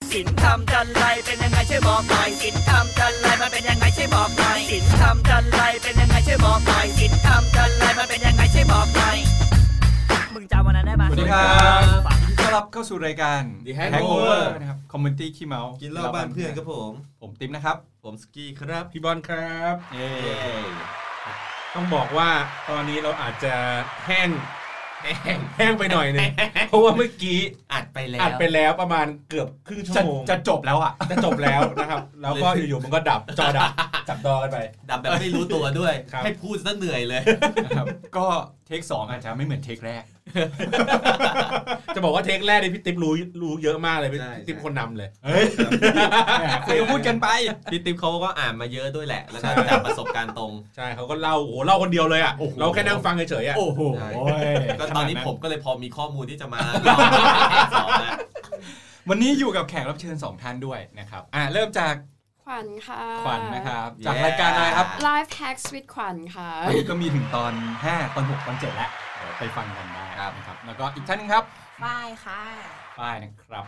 ศีลธรรมจันไรเป็นยังไงช่วยบอกหน่อยศีลธรรมจันไรมันเป็นยังไงช่วยบอกหน่อยศีลธรรมจันไรเป็นยังไงช่วยบอกหน่อยศีลธรรมจันไรมันเป็นยังไงช่วยบอกหน่อยมึงจำวันนั้นได้ไหมสวัสดีครับต้อนรับเข้าสู่รายการ The Hangover นะครับคอมมูนิตี้ขี้เมากินเหล้าบ้านเพื่อนครับผมติ๊มนะครับผมสกี้ครับพี่บอลครับต้องบอกว่าตอนนี้เราอาจจะแห้งไปหน่อยนึงเพราะว่าเมื่อกี้อัดไปแล้วประมาณเกือบครึ่งชั่วโมงจะจบแล้วอ่ะจะจบแล้วนะครับแล้วก็อยู่ๆมันก็ดับจอดับจับดอกันไปดับแบบไม่รู้ตัวด้วยให้พูดซะเหนื่อยเลยครับก็เทค2อาจจะไม่เหมือนเทคแรกจะบอกว่าเทคแรกนี่พี่ติ๊บรู้เยอะมากเลยพี่ติ๊บคนนำเลยเฮ้ยคุยพูดกันไปพี่ติ๊บเขาก็อ่านมาเยอะด้วยแหละแล้วก็จากประสบการณ์ตรงใช่เขาก็เล่าคนเดียวเลยอ่ะเราแค่นั่งฟังเฉยๆอ่ะโอ้โหก็ตอนนี้ผมก็เลยพอมีข้อมูลที่จะมาวันนี้อยู่กับแขกรับเชิญ2ท่านด้วยนะครับเริ่มจากขวัญค่ะขวัญนะครับจากรายการอะไรครับ Life Hacks with ขวัญค่ะก็มีถึงตอน5ตอน6ตอน7แล้วเดี๋ยวไปฟังกันได้นะครับแล้วก็อีกท่านนึงครับฝ้ายค่ะฝ้ายนะครับ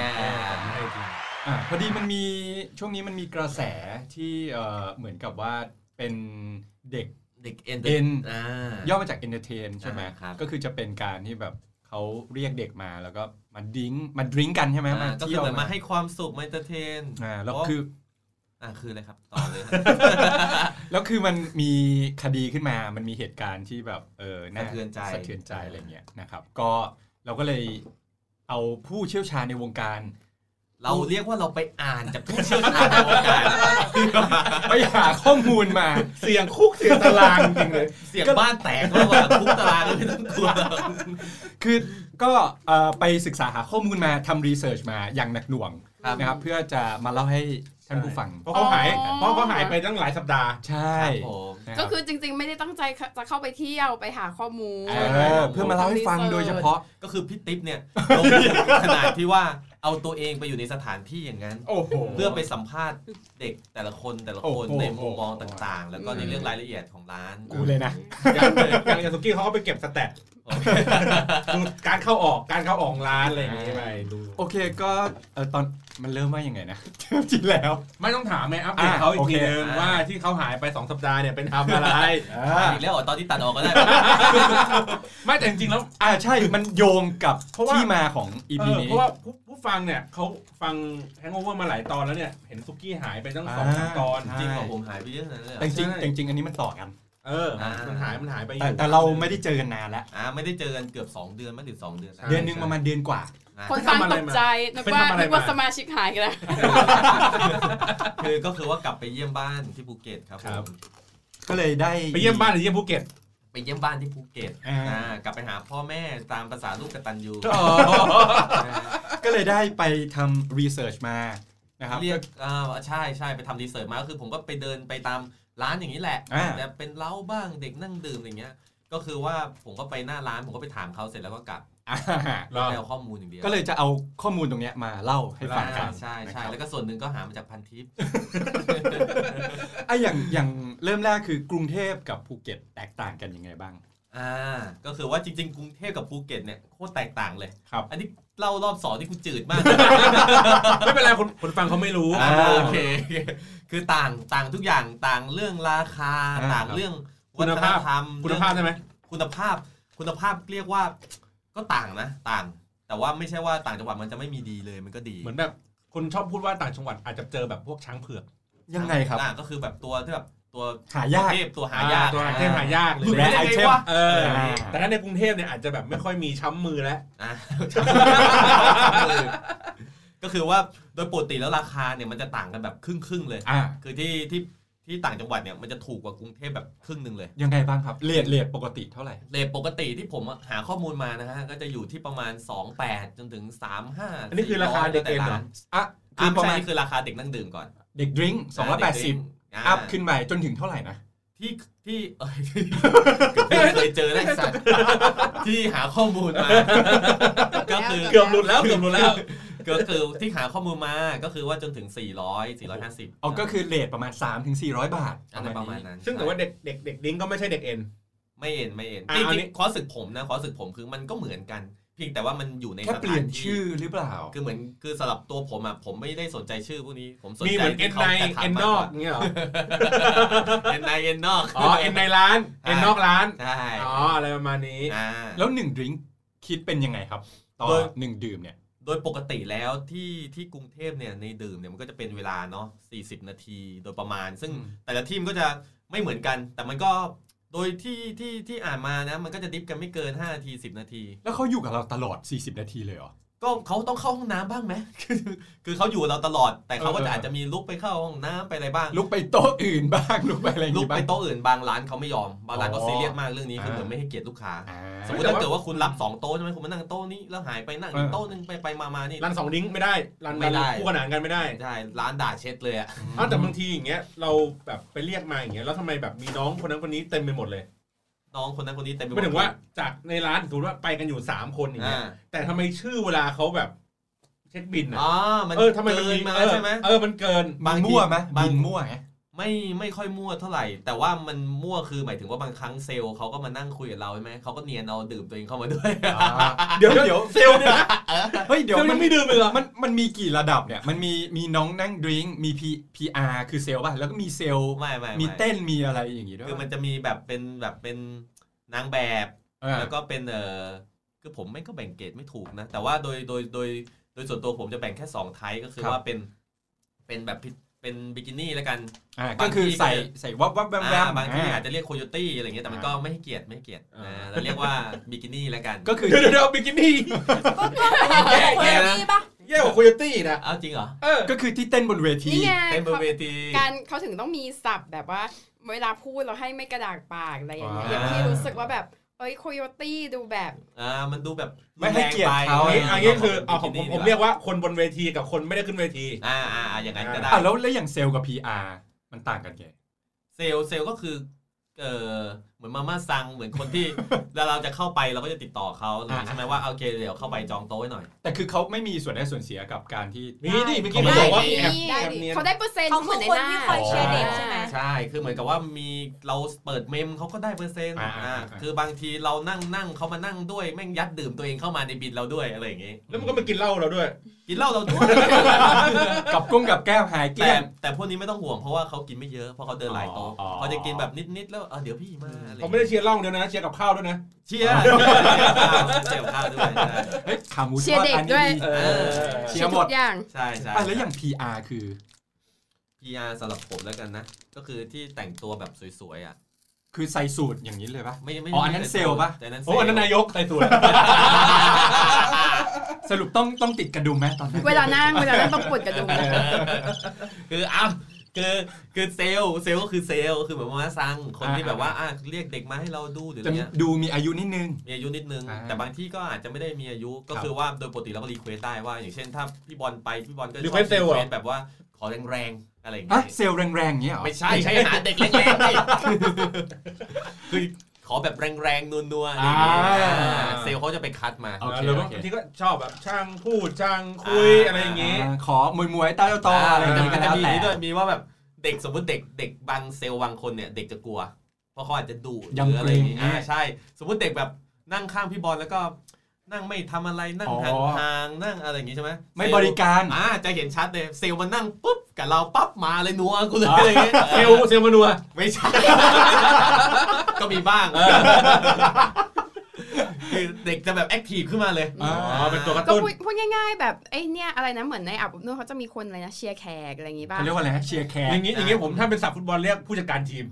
พอดีมันมีช่วงนี้มันมีกระแสที่เหมือนกับว่าเป็นเด็กเอ็นย่อมาจาก entertain ใช่ไหมก็คือจะเป็นการที่แบบเขาเรียกเด็กมาแล้วก็มาดริงกันใช่ไหมก็คือเหมือนมาให้ความสุขมา entertain แล้วคืออะไรครับต่อเลยแล้วคือมันมีคดีขึ้นมามันมีเหตุการณ์ที่แบบน่าสะเทือนใจอะไรเงี้ยนะครับก็เราก็เลยเอาผู้เชี่ยวชาญในวงการเราเรียกว่าเราไปอ่านจากผู้เชี่ยวชาญในวงการไปหาข้อมูลมาเสียงคุกเสียงตารางจริงเลยเสียงบ้านแตกแล้วว่าคุกตารางไม่ต้องกลัวคือก็ไปศึกษาหาข้อมูลมาทำรีเสิร์ชมาอย่างหนักหน่วงนะครับเพื่อจะมาเล่าให้ท่านผู้ฟังเพราะเขาหายไปตั้งหลายสัปดาห์ใช่ก็คือจริงๆไม่ได้ตั้งใจจะเข้าไปเที่ยวไปหาข้อมูลเพื่อมาเล่าให้ฟังโดยเฉพาะก็คือพี่ติ๊บเนี่ยลงขนาดที่ว่าเอาตัวเองไปอยู่ในสถานที่อย่างนั้นเพื่อไปสัมภาษณ์เด็กแต่ละคนในมุมมองต่างๆแล้วก็ในเรื่องรายละเอียดของร้านกูเลยนะอย่างสุกี้เขาก็ไปเก็บสแตทดูการเข้าออกร้านอะไรอย่างงี้ไปดูโอเคก็ตอนมันเริ่มว่ายังไงนะจริงแล้วไม่ต้องถามไหมอัปเดตเขาอีกทีนึงว่าที่เขาหายไป2สัปดาห์เนี่ยเป็นทำอะไรอีกแล้วตอนที่ตัดออกก็ได้ไม่แต่จริงๆแล้วใช่มันโยงกับที่มาของ EP นี้เพราะว่าผู้ฟังเนี่ยเขาฟัง Hangover มาหลายตอนแล้วเนี่ยเห็นซุกี้หายไปตั้ง2-3 ตอนจริงของผมหายไปเยอะเลยจริงอันนี้มันต่อกันมันหายไปแต่เราไม่ได้เจอกันนานแล้วไม่ได้เจอกันเกือบ2 เดือนมั้งหรือ2 เดือนเดือนนึงประมาณเดือนกว่าคนฟังตกใจนึกว่าสมาชิกหายกันแล้วก็คือว่ากลับไปเยี่ยมบ้านที่ภูเก็ตครับผมก็เลยได้ไปเยี่ยมบ้านหรือเยี่ยมภูเก็ตไปเยี่ยมบ้านที่ภูเก็ตกลับไปหาพ่อแม่ตามภาษาลูกกตัญญูก็เลยได้ไปทำรีเสิร์ชมานะครับเรียกใช่ไปทำรีเสิร์ชมาก็คือผมก็ไปเดินไปตามร้านอย่างนี้แหละแต่เป็นเล้าบ้างเด็กนั่งดื่มอย่างเงี้ยก็คือว่าผมก็ไปหน้าร้านผมก็ไปถามเขาเสร็จแล้วก็กลับเอาข้อมูลอย่างเดียวก็เลยจะเอาข้อมูลตรงนี้มาเล่าให้ฟังกันใช่แล้วก็ส่วนหนึ่งก็หามาจากพันทิปอย่างเริ่มแรกคือกรุงเทพกับภูเก็ตแตกต่างกันยังไงบ้างก็คือว่าจริงๆกรุงเทพกับภูเก็ตเนี่ยโคตรแตกต่างเลยครับอันนี้เล่ารอบ2ที่กูจืดมากไม่เป็นไรคนฟังเขาไม่รู้โอเคคือต่างทุกอย่างต่างเรื่องราคาต่างเรื่องวัฒนธรรมคุณภาพใช่ไหมคุณภาพเรียกว่าก็ต่างนะต่างแต่ว่าไม่ใช่ว่าต่างจังหวัดมันจะไม่มีดีเลยมันก็ดีเหมือนแบบคนชอบพูดว่าต่างจังหวัดอาจจะเจอแบบพวกช้างเผือกยังไงครับก็คือแบบตัวที่แบบตัวหายากตัวหายากตัวเทพหายากเลยไอเทมแต่ถ้าในกรุงเทพเนี่ยอาจจะแบบไม่ค่อยมีช้ำมือแล้วก็คือว่าโดยปกติแล้วราคาเนี่ยมันจะต่างกันแบบครึ่งเลยคือที่ต่างจังหวัดเนี่ยมันจะถูกกว่ากรุงเทพแบบครึ่งนึงเลยยังไงบ้างครับเรทปกติเท่าไหร่เรทปกติที่ผมหาข้อมูลมานะฮะก็จะอยู่ที่ประมาณ28จนถึง35 อันนี้คือราคาเด็กเอ็นเหรอคือประมาณนี้คือราคาเด็กนั่งดื่มก่อนเด็กดริงก์280อัพขึ้นไปจนถึงเท่าไหร่นะที่เคยเจอได้สัตว์ที่หาข้อมูลมาก็คือเกือบหลุดแล้วก็คือที่หาข้อมูลมาก็คือว่าจนถึง450 ก็คือเรทประมาณ 3-400 บาทประมาณนั้นซึ่งแต่ว่าเด็กดิ้งก็ไม่ใช่เด็กเอ็นไม่เอ็นจริงๆคอร์สศึกผมนะคอร์สศึกผมคือมันก็เหมือนกันเพียงแต่ว่ามันอยู่ในแค่เปลี่ยนชื่อหรือเปล่าคือเหมือนคือสำหรับตัวผมอ่ะผมไม่ได้สนใจชื่อพวกนี้ผมสนใจมีเหมือนเอ็นในเอ็นนอกเงี้ยหรอเอ็นในเอ็นนอกอ๋อเอ็นในร้านเอ็นนอกร้านใช่อ๋ออะไรประมาณนี้แล้ว1ดริงก์คิดเป็นยังไงครับต่อ1ดื่มเนี่ยโดยปกติแล้วที่กรุงเทพเนี่ยในดื่มเนี่ยมันก็จะเป็นเวลาเนาะ40 นาทีโดยประมาณซึ่งแต่ละที่มันก็จะไม่เหมือนกันแต่มันก็โดยที่อ่านมานะมันก็จะดิฟกันไม่เกิน5 นาที10 นาทีแล้วเขาอยู่กับเราตลอด40 นาทีเลยเหรอก็เขาต้องเข้าห้องน้ำบ้างไหมคือเขาอยู่เราตลอดแต่เขาก็อาจจะมีลุกไปเข้าห้องน้ำไปอะไรบ้างลุกไปโต๊ะอื่นบ้างลุกไปอะไรลุกไปโต๊ะอื่นบางร้านเขาไม่ยอมบางร้านก็ซีเรียสมากเรื่องนี้คือเหมือนไม่ให้เกียรติลูกค้าสมมติถ้าเกิดว่าคุณรับ2 โต๊ะใช่ไหมคุณมานั่งโต๊ะนี้แล้วหายไปนั่งอีกโต๊ะนึงไปมานี่ร้าน2 ดิ้งไม่ได้ร้านไม่ได้คู่ขนานกันไม่ได้ใช่ร้านด่าเช็ดเลยอ่ะแต่บางทีอย่างเงี้ยเราแบบไปเรียกมาอย่างเงี้ยแล้วทำไมแบบมีน้องคนนั้นคนนี้เต็มไปหมดเลยน้องคนนั้นคนนี้เต็มไปหมดไม่ถึงว่าจากในร้านสมมติว่าไปกันอยู่3 คนอย่างเงี้ยแต่ทำไมชื่อเวลาเขาแบบเช็คบินอ่ะทำไมมันมีมาใช่ไหมมันเกินบางมั่วไหมบางมั่วไงไม่ค่อยมั่วเท่าไหร่แต่ว่ามันมั่วคือหมายถึงว่าบางครั้งเซลล์เขาก็มานั่งคุยกับเราใช่ไหมเขาก็เนียนเอาดื่มตัวเองเข้ามาด้วยเดี๋ยวเซลล์เนี่ยเฮ้ยเดี๋ยวมันไม่ดื่มเลยเหรอมันมีกี่ระดับเนี่ยมันมีน้องนั่งดื่มมี PR คือเซลล์ป่ะแล้วก็มีเซลล์มีเต้นมีอะไรอย่างงี้ด้วยคือมันจะมีแบบเป็นนางแบบแล้วก็เป็นคือผมไม่ก็แบ่งเกรดไม่ถูกนะแต่ว่าโดยส่วนตัวผมจะแบ่งแค่2 ไทป์ก็คือว่าเป็นแบบเป็นบิกินี่แล้วกันก็คือใส่วับแวมบางที่อาจจะเรียกโคโยตี้อะไรเงี้ยแต่มันก็ไม่ให้เกียรติเราเรียกว่าบิกินี่แล้วกันก็คือเดี๋ยวบิกินี่แย่นะแย่กว่าโคโยตี้นะเอาจริงเหรอก็คือที่เต้นบนเวทีเต้นบนเวทีการเขาถึงต้องมีศัพท์แบบว่าเวลาพูดเราให้ไม่กระดากปากอะไรอย่างเงี้ยอย่างที่รู้สึกว่าแบบโคโยตี้ดูแบบมันดูแบบไม่ให้เกียรติเขาอันนี้คือผมเรียกว่าคนบนเวทีกับคนไม่ได้ขึ้นเวทีอย่างนั้นก็ได้แล้วอย่างเซลล์กับ PR มันต่างกันไงเซลล์ก็คือเหมือนมาม่าซังเหมือนคนที่แล้วเราจะเข้าไปเราก็จะติดต่อเขาใช่ไหมว่าโอเคเดี๋ยวเข้าไปจองโต๊ะไว้หน่อยแต่คือเขาไม่มีส่วนได้ส่วนเสียกับการที่มีนี่เมื่อกี้เขาบอกว่าเขาได้เปอร์เซ็นต์เหมือนในหน้าคอยเชียร์เด็กใช่ไหมใช่คือเหมือนกับว่ามีเราเปิดเมมเขาก็ได้เปอร์เซ็นต์คือบางทีเรานั่งเขามานั่งด้วยแม่งยัดดื่มตัวเองเข้ามาในบินเราด้วยอะไรอย่างงี้แล้วมันก็มากินเหล้าเราด้วยกินเหล้าเราด้วยกับกุ้งกับแก้วหายเกลี้ยงแต่พวกนี้ไม่ต้องห่วงเพราะว่าเขากินไม่เยอะเพราะเขาเดินหลายโต๊ะเขาจะกินแบบนิดๆแล้วเดี๋ยวพี่มาเขาไม่ได้เชียร์เหล้าเดียวนะเชียร์กับข้าวด้วยนะเชียร์ข้าวด้วยเฮ้ยขาหมูเชียร์เด็กด้วยเชียร์หมดอย่างใช่แล้วอย่าง PR คือ PR สำหรับผมแล้วกันนะก็คือที่แต่งตัวแบบสวยๆอ่ะคือใส่สูทอย่างนี้เลยป่ะไม่อันนั้นเซลป่ะอันนั้นนายกใส่สูทสรุปต้องติดกระดุมไหมตอนนั้นเวลานั่งต้องปวดกระดุมคือคือเซลก็คือเซลคือเหมือนว่าซังคนที่แบบว่าเรียกเด็กมาให้เราดูหรืออะไรเงี้ยดูมีอายุนิดนึงแต่บางที่ก็อาจจะไม่ได้มีอายุก็คือว่าโดยปกติเราก็รีเควสได้ว่าอย่างเช่นถ้าพี่บอลก็ชอบรีเควสแบบว่าขอแรงๆอะไรอย่างเงี้ยเซลแรงๆเงี้ยไม่ใช่หาเด็กแรงๆคือขอแบบแรงๆนัวๆอะไรอย่างเงี้ยเซลเขาจะไปคัดมาหรือบางทีก็ชอบแบบช่างพูดช่างคุยอะไรอย่างเงี้ยขอมวยใต้ตออะไรอย่างเงี้ยก็จะมีด้วยมีว่าแบบเด็กสมมติเด็กบางเซลบางคนเนี่ยเด็กจะกลัวเพราะเขาอาจจะดุหรืออะไรอย่างเงี้ยใช่สมมติเด็กแบบนั่งข้างพี่บอลแล้วก็นั่งไม่ทำอะไรนั่งห่างๆนั่งอะไรอย่างงี้ใช่ไหมไม่บริการจะเห็นชัดเลยเซลมันนั่งปุ๊บกับเราปั๊บมาเลยนัวกูเลยอะไรอย่างเงี้ยเซลมานัวไม่ใช่ก็มีบ้างคือเด็กจะแบบแอคทีฟขึ้นมาเลยเป็นตัวกระตุ้นพูดง่ายๆแบบเนี่ยอะไรนะเหมือนในอาบอบนวดเขาจะมีคนอะไรนะเชียร์แขกอะไรอย่างงี้ป่ะเรียกว่าอะไรฮะเชียร์แขกอย่างงี้ผมถ้าเป็นศัพท์ฟุตบอลเรียกผู้จัดการทีม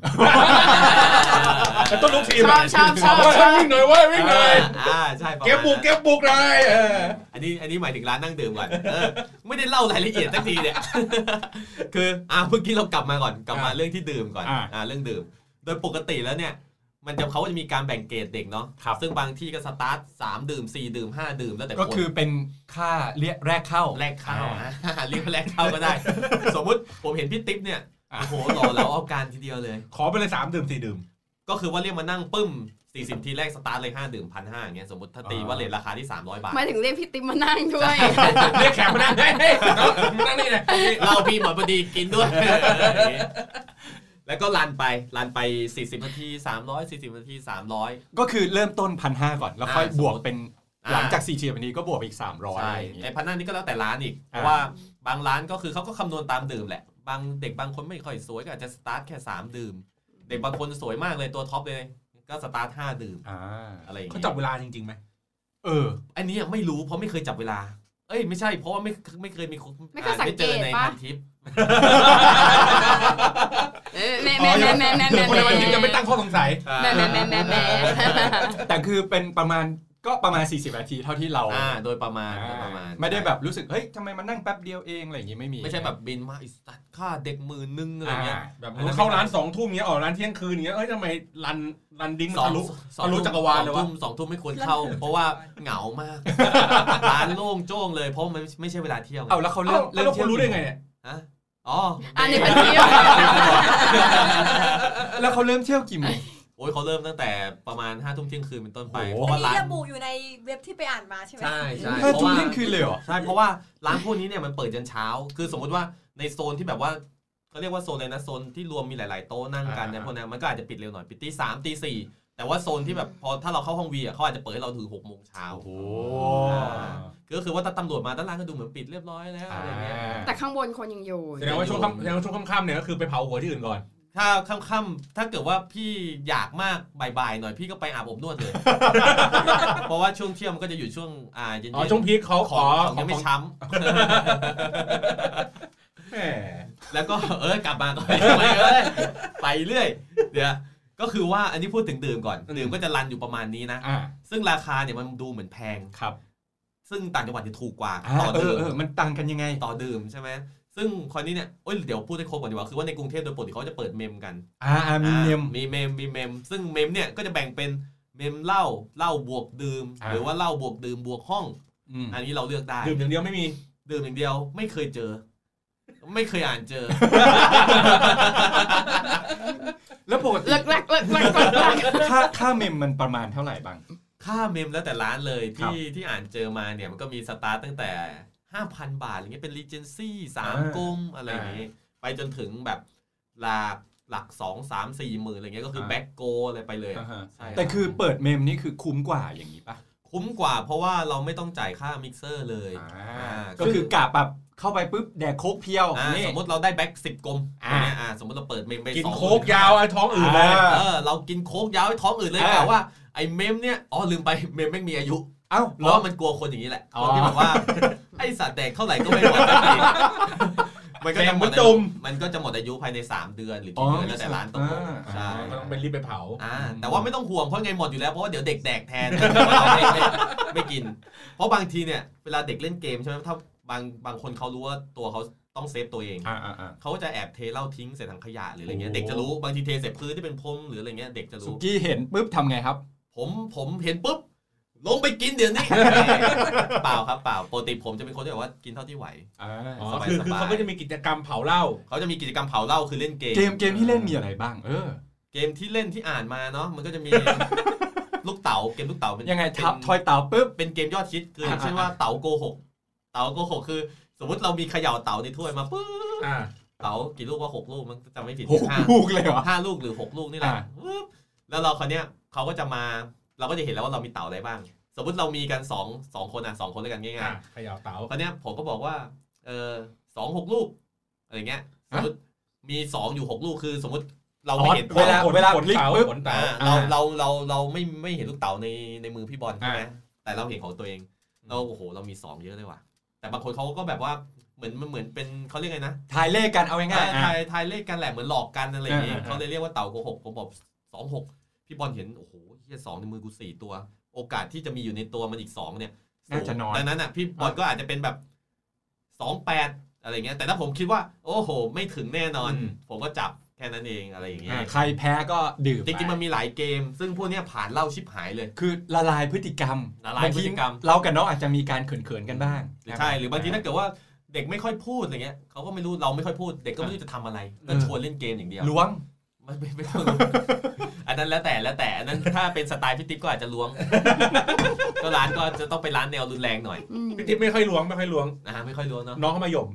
ต้นลูกทีมชอบวิ่งหน่อยวิ่งหน่อยใช่เก็บบุกเลยอันนี้หมายถึงร้านนั่งดื่มก่อนไม่ได้เล่ารายละเอียดสักทีเนี่ยคือเมื่อกี้เรากลับมาเรื่องที่ดื่มก่อนเรื่องดื่มโดยปกติแล้วเนี่ยเขาจะมีการแบ่งเกรดเด็กเนาะซึ่งบางที่ก็สตาร์ท3 ดื่ม4 ดื่ม5 ดื่มแล้วแต่คนก็คือเป็นค่าเรียกแรกเข้าเรียกแรกเข้าก็ได้สมมุติผมเห็นพี่ติ๊บเนี่ยโอ้โหหล่อแล้วเอาการทีเดียวเลยขอไปเลย3 ดื่ม4 ดื่มก็คือว่าเรียกมานั่งปึ้ม40 ทีแรกสตาร์ทเลย5 ดื่ม 1,500 อย่างเงี้ยสมมติถ้าตีว่าเรทราคาที่300 บาทหมายถึงเรียกพี่ติ๊บมานั่งด้วยเรียกแขกมานั่งนั่งนี่เลยเราพี่หมอพอดีกินด้วยแล้วก็รันไป40 นาที300 40 นาที300 ก็คือเริ่มต้น 1,500 ก่อนแล้วค่อยบวกเป็นหลังจาก40นาทีก็บวกอีก300 ใช่ไอ้พันหน้านี้ก็แล้วแต่ร้านอีกเพราะว่าบางร้านก็คือเขาก็คำนวณตามดื่มแหละบางเด็กบางคนไม่ค่อยสวยก็อาจจะสตาร์ทแค่3ดื่มเด็กบางคนสวยมากเลยตัวท็อปเลยก็สตาร์ท5ดื่มอะไรอย่างเงี้ยเขาจับเวลาจริงๆไหมอันนี้ไม่รู้เพราะไม่เคยจับเวลาไม่ใช่เพราะว่าไม่เคยมีไม่เคยสังเกตในพันทิปแม่คนในวันทิปจะไม่ตั้งข้อสงสัยแต่คือเป็นประมาณ40นาทีเท่าที่เราโดยประมาณไม่ได้แบบรู้สึกเฮ้ยทำไมมันนั่งแป๊บเดียวเองอะไรอย่างงี้ไม่มีไม่ใช่แบบบินมาค่าเด็ก10,000อะไรเงี้ยแบบเข้าร้าน2 ทุ่มเงี้ยออกร้านเที่ยงคืนเงี้ยทำไมรันดิ้งมันทะลุจักรวาลเลยวะ 2 ทุ่มไม่ควรเข้าเพราะว่าเหงามากร้านโล่งโจ้งเลยเพราะมันไม่ใช่เวลาเที่ยวแล้วเขาเริ่มเที่ยวรู้ได้ไงเนี่ยอันนี้พันเที่ยวแล้วเขาเริ่มเที่ยวกี่โมงเขาเริ่มตั้งแต่ประมาณ5 ทุ่มเที่ยงคืนเป็นต้นไปเพราะว่าร้านระบุอยู่ในเว็บที่ไปอ่านมาใช่ไหมใช่ 5 ทุ่มเที่ยงคืนเลยเหรอใช่เพราะว่าร้านพวกนี้เนี่ยมันเปิดจนเช้าคือสมมติว่าในโซนที่แบบว่าเขาเรียกว่าโซนเลยนะโซนที่รวมมีหลายๆโต๊ะนั่งกันเนี่ยพวกนั้นมันก็อาจจะปิดเร็วหน่อยปิดตี 3 ตี 4แต่ว่าโซนที่แบบพอถ้าเราเข้าห้องวีเขาอาจจะเปิดให้เราถึง6 โมงเช้าก็คือว่าถ้าตำรวจมาด้านล่างก็ดูเหมือนปิดเรียบร้อยแล้วอะไรเงี้ยแต่ข้างบนคนยังอยู่แสดงว่าช่วงค่ำๆเนี่ยก็คือไปเผาหัวที่อื่นก่อนถ้าค่ำๆถ้าเกิดว่าพี่อยากมากบ่ายๆหน่อยพี่ก็ไปอาบอบนวดเลยเพราะว่าช่วงเที่ยงมันก็จะอยู่ช่วงเย็นๆช่วงพีคเขาของยังไม่ช้ำแล้วก็กลับมาก็ไปเรื่อยเดี๋ยวก็คือว่าอันนี้พูดถึงดื่มก่อนดื่มก็จะรันอยู่ประมาณนี้นะซึ่งราคาเนี่ยมันดูเหมือนแพงครับซึ่งต่างจังหวัดจะถูกกว่าต่อดื่มมันต่างกันยังไงต่อดื่มใช่ไหมซึ่งคนนี้เนี่ยเดี๋ยวพูดให้ครบก่อนดีกว่าคือว่าในกรุงเทพโดยปกติเขาจะเปิดเมมกันมีเมมซึ่งเมมเนี่ยก็จะแบ่งเป็นเมมเหล้าบวกดื่มหรือว่าเหล้าบวกดื่มบวกห้องอันนี้เราเลือกได้ดื่มอย่างเดียวไม่มีดื่มอย่างเดียวไม่เคยเจอไม่เคยอ่านเจอแล้วปกติค่าเมมมันประมาณเท่าไหร่บ้างค่าเมมแล้วแต่ร้านเลยที่อ่านเจอมาเนี่ยมันก็มีสตาร์ตตั้งแต่5,000 บาทอะไรเงี้ยเป็น Regency 3 กลมอะไรอย่างงี้ไปจนถึงแบบหลัก2 3 4 หมื่นอะไรเงี้ยก็คือแบ็คโกอะไรไปเลยแต่คือเปิดเมมนี่คือคุ้มกว่าอย่างนี้ป่ะคุ้มกว่าเพราะว่าเราไม่ต้องจ่ายค่ามิกเซอร์เลยก็คือกะแบบเข้าไปปุ๊บแดกโค้กเพียวสมมติเราได้แบ็ค10 กลมสมมติเราเปิดเมมไปกินโค้กยาวไอ้ท้องอื่นเลยเรากินโค้กยาวไอ้ท้องอื่นเลยแต่ว่าไอ้เมมเนี่ยลืมไปเมมไม่มีอายุเพราะมันกลัวคนอย่างนี้แหละคนที่แบบว่าไอสัตว์แดกเท่าไหร่ก็ไม่หมดมันก็จะหมดอายุภายใน3 เดือนหรือกี่เดือนแล้วแต่ร้านตกลงใช่ก็ต้องไปรีบไปเผาแต่ว่าไม่ต้องห่วงเพราะไงหมดอยู่แล้วเพราะว่าเดี๋ยวเด็กแดกแทนไม่กินเพราะบางทีเนี่ยเวลาเด็กเล่นเกมใช่ไหมถ้าบางคนเขารู้ว่าตัวเขาต้องเซฟตัวเองเขาจะแอบเทเหล้าทิ้งใส่ถังขยะหรืออะไรเงี้ยเด็กจะรู้บางทีเทใส่พื้นที่เป็นพรมหรืออะไรเงี้ยเด็กจะรู้สุกี้เห็นปุ๊บทำไงครับผมเห็นปุ๊บลงไปกินเดี๋ยวนี้เปล่าครับเปล่าปกติผมจะเป็นคนที่แบบว่ากินเท่าที่ไหวคือเขาก็จะมีกิจกรรมเผาเหล้าเขาจะมีกิจกรรมเผาเหล้าคือเล่นเกมที่เล่นมีอะไรบ้างเกมที่เล่นที่อ่านมาเนาะมันก็จะมีลูกเต๋าเกมลูกเต๋าเป็นยังไงทับทอยเต๋าปุ๊บเป็นเกมยอดฮิตคือเช่นว่าเต๋าโกหกคือสมมติเรามีเขย่าเต๋าในถ้วยมาปุ๊บเต๋ากี่ลูกว่า6 ลูกมันจำไม่ผิด 6 ลูกเลยเหรอ 5 ลูกหรือ6 ลูกนี่แหละแล้วเราคนเนี้ยเขาก็จะมาเราก็จะเห็นแล้วว่าเรามีเต๋าอะไรบ้างสมมติเรามีกัน2 คน2 คนด้วยกันง่ายๆเขย่าเต๋าคนเนี้ยผมก็บอกว่า2 6 ลูกอะไรเงี้ยสมมติมี2อยู่6 ลูกคือสมมติเราไม่เห็นเวลาพลิกปุ๊บเราไม่เห็นลูกเต๋าในมือพี่บอลใช่ไหมแต่เราเห็นของตัวเองเราโอ้โหเรามี2เยอะเลยว่ะแต่บางคนเขาก็แบบว่าเหมือนเป็นเขาเรียกไงนะทายเลขกันเอาง่ายๆทายเลขกันแหละเหมือนหลอกกันอะไรอย่างงี้เขาเลยเรียกว่าเต๋าโกหกผมบอก26พี่บอลเห็นโอ้โหเหี้ย2ในมือกู4 ตัวโอกาสที่จะมีอยู่ในตัวมันอีก2เนี่ยน่าจะน้อยดังนั้นอ่ะพี่บอลก็อาจจะเป็นแบบ28อะไรเงี้ยแต่ถ้าผมคิดว่าโอ้โหไม่ถึงแน่นอนผมก็จับแค่นั้นเองอะไรอย่างเงี้ยใครแพ้ก็ดื่มจริงๆมันมีหลายเกมซึ่งพวกนี้ผ่านเล่าชิบหายเลยคือละลายพฤติกรรมเรากับน้องอาจจะมีการเขินๆกันบ้างใช่หรือบางทีถ้าเกิดว่าเด็กไม่ค่อยพูดอะไรเงี้ยเขาก็ไม่รู้เราไม่ค่อยพูดเด็กก็ไม่รู้จะทำอะไรก็ชวนเล่นเกมอย่างเดียวล้วงไม่ต้องอันนั้นแล้วแต่อันนั้นถ้าเป็นสไตล์พี่ติ๊บก็อาจจะล้วงก็ร้านก็จะต้องไปร้านแนวรุนแรงหน่อยพี่ติ๊บไม่ค่อยล้วงไม่ค่อยล้วงเนาะน้องเขามาหย่ม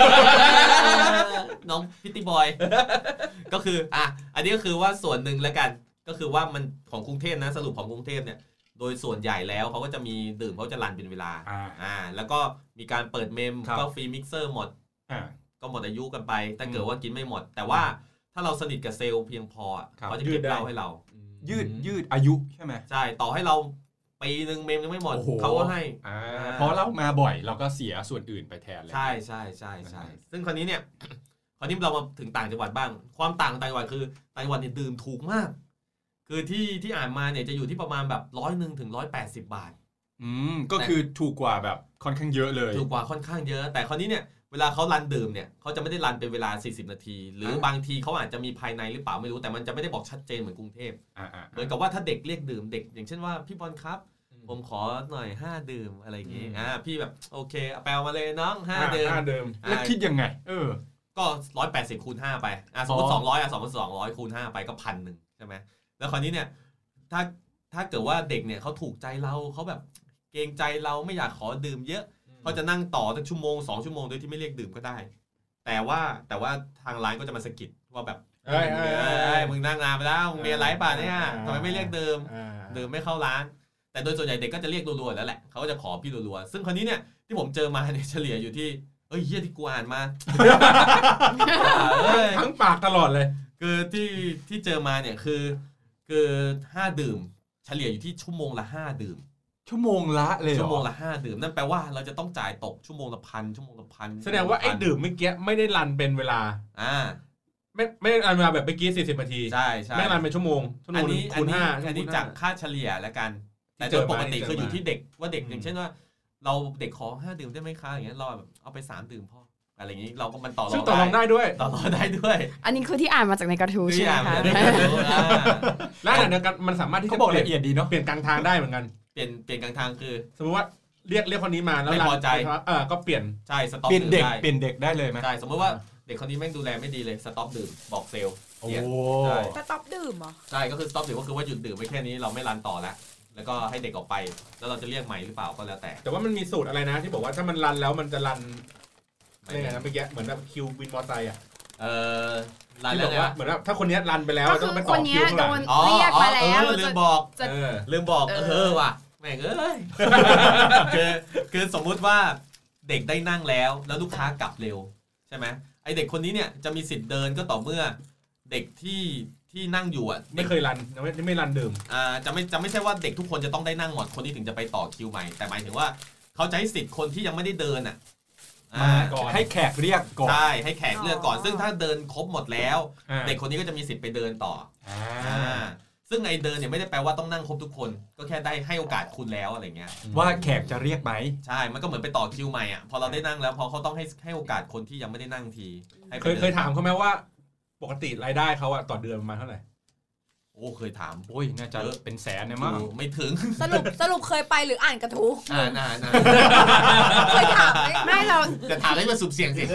น้องพี่ติ๊บบอยก็คืออันนี้ก็คือว่าส่วนหนึ่งแล้วกันก็คือว่ามันของกรุงเทพนะสรุปของกรุงเทพเนี่ยโโดยส่วนใหญ่แล้วเขาก็จะมีดื่มเขาจะรันเป็นเวลาแล้วก็มีการเปิดเมมก็ฟรีมิกเซอร์หมดก็หมดอายุกันไปแต่เกิดว่ากินไม่หมดแต่ว่าถ้าเราสนิทกับเซลล์เพียงพอเขาจะเก็บเหล้าให้เรายืดอายุใช่ไหมใช่ต่อให้เราปีนึงเมมยังไม่หมดเขาก็ให้เพราะเรามาบ่อยเราก็เสียส่วนอื่นไปแทนเลยใช่ซึ่งคราวนี้เนี่ยคราวนี้เรามาถึงต่างจังหวัดบ้างความต่างต่างจังหวัดคือต่างจังหวัดเนี่ยดื่มถูกมากคือที่อ่านมาเนี่ยจะอยู่ที่ประมาณแบบ100ถึง180 บาทก็คือถูกกว่าแบบค่อนข้างเยอะเลยถูกกว่าค่อนข้างเยอะแต่คราวนี้เนี่ยเวลาเขารันดื่มเนี่ยเขาจะไม่ได้รันเป็นเวลา40นาทีหรือบางทีเขาอาจจะมีภายในหรือเปล่าไม่รู้แต่มันจะไม่ได้บอกชัดเจนเหมือนกรุงเทพเหมือนกับว่าถ้าเด็กเรียกดื่มเด็กอย่างเช่นว่าพี่บอลครับผมขอหน่อย5ดื่มอะไรอย่างงี้พี่แบบโอเคเอาแปลมาเลยน้อง5ดื่มแล้วคิดยังไงก็180คูณ5ไปสมมติ200สมมติ200คูณ5ไปก็1,000ใช่ไหมแล้วคราวนี้เนี่ยถ้าเกิดว่าเด็กเนี่ยเขาถูกใจเราเขาแบบเกรงใจเราไม่อยากขอดื่มเยอะเขาจะนั่งต่อตั้งชั่วโมง2ชั่วโมงโดยที่ไม่เรียกดื่มก็ได้แต่ว่าทางร้านก็จะมาสะกิดว่าแบบมึงนั่งนานไปแล้วมึงมีอะไรป่ะเนี่ยทำไมไม่เรียกดื่มไม่เข้าร้านแต่โดยส่วนใหญ่เด็กก็จะเรียกรัวๆแล้วแหละเขาก็จะขอพี่รัวๆซึ่งคราวนี้เนี่ยที่ผมเจอมาเนี่ยเฉลี่ยอยู่ที่เฮียที่กูอ่านมาทั้งปากตลอดเลยคือที่เจอมาเนี่ยคือ5ดื่มเฉลี่ยอยู่ที่ชั่วโมงละ5ดื่มชั่วโมงละเลยชั่วโมงละ5ดื่มนั่นแปลว่าเราจะต้องจ่ายตกชั่วโมงละ1,000ชั่วโมงละ1,000 แสดงว่าไอ้ดื่มเมื่อกี้ไม่ได้รันเป็นเวลาไม่ได้รันเวลาแบบเมื่อกี้40นาทีใช่ไม่รันเป็นชั่วโมงนี้คูณ5อันนี้จากค่าเฉลี่ยแล้วกันแต่โดยปกติคืออยู่ที่เด็กว่าเด็กอย่างเช่นว่าเราเด็กขอ5ดื่มได้ไหมคะอย่างเงี้ยเราแบบเอาไป3ดื่มพออะไรอย่างงี้เราก็มันต่อรองได้ด้วยต่อรองได้ด้วยอันนี้คือที่อ่านมาจากในกระทู้ใช่ไหมคะแล้วเนี่ยมันสามารถที่จะบอกละเอียดดีเนาะเปลี่ยนกลางทางได้เหมือนกันเปลี่ยนกลางทางคือสมมติว่าเรียกคนนี้มาแล้วไม่พอใจก็เปลี่ยนใช่สต็อปเปลี่ยนเด็กได้เลยไหมใช่สมมติว่าเด็กคนนี้แม่งดูแลไม่ดีเลยสต็อปดื่มบอกเซลล์สต็อปดื่มเหรอใช่ก็คือสต็อปดื่มก็คือว่าหยุดดื่มไปแค่นี้เราไม่รันต่อแล้วก็ให้เด็กออกไปแล้วเราจะเรียกใหม่หรือเปล่าก็แล้วแต่ว่ามันมีสูตรอะไรนะที่บอกว่าถ้ามันรันแล้วมันจะรันไม่ไงนะเมื่อกี้เหมือนแบบคิววินมอเตอร์ไซค์รันแล้วเหมือนว่าถ้าคนนี้รันไปแล้วต้องไปต่อคิวข้างหลังเรียกมาแล้วลืมบอกว่ะแม่งคือสมมุติว่าเด็กได้นั่งแล้วลูกค้ากลับเร็วใช่ไหมไอเด็กคนนี้เนี่ยจะมีสิทธิ์เดินก็ต่อเมื่อเด็กที่นั่งอยู่อ่ะไม่เคยรันไม่รันดื่มจะไม่ใช่ว่าเด็กทุกคนจะต้องได้นั่งหมดคนนี้ถึงจะไปต่อคิวใหม่แต่หมายถึงว่าเขาจะให้สิทธิ์คนที่ยังไม่ได้เดินอ่ะมาก่อนให้แขกเรียกก่อนใช่ให้แขกเลือกก่อนซึ่งถ้าเดินครบหมดแล้วเด็กคนนี้ก็จะมีสิทธิ์ไปเดินต่อซึ่งไอเดินเนี่ยไม่ได้แปลว่าต้องนั่งครบทุกคนก็แค่ได้ให้โอกาสคุณแล้วอะไรเงี้ยว่าแขกจะเรียกไหมใช่มันก็เหมือนไปต่อคิวใหม่อ่ะพอเราได้นั่งแล้วพอเขาต้องให้โอกาสคนที่ยังไม่ได้นั่งทีเคยถามเขาไหมว่าปกติรายได้เขาอะต่อเดือนประมาณเท่าไหร่โอ้เคยถามโอ้ยน่าจะเป็นแสนเนี่ยมั้งไม่ถึงสรุปเคยไปหรืออ่านกระทู้เคยถามไม่เราจะถามให้มันสุบเสียงสิ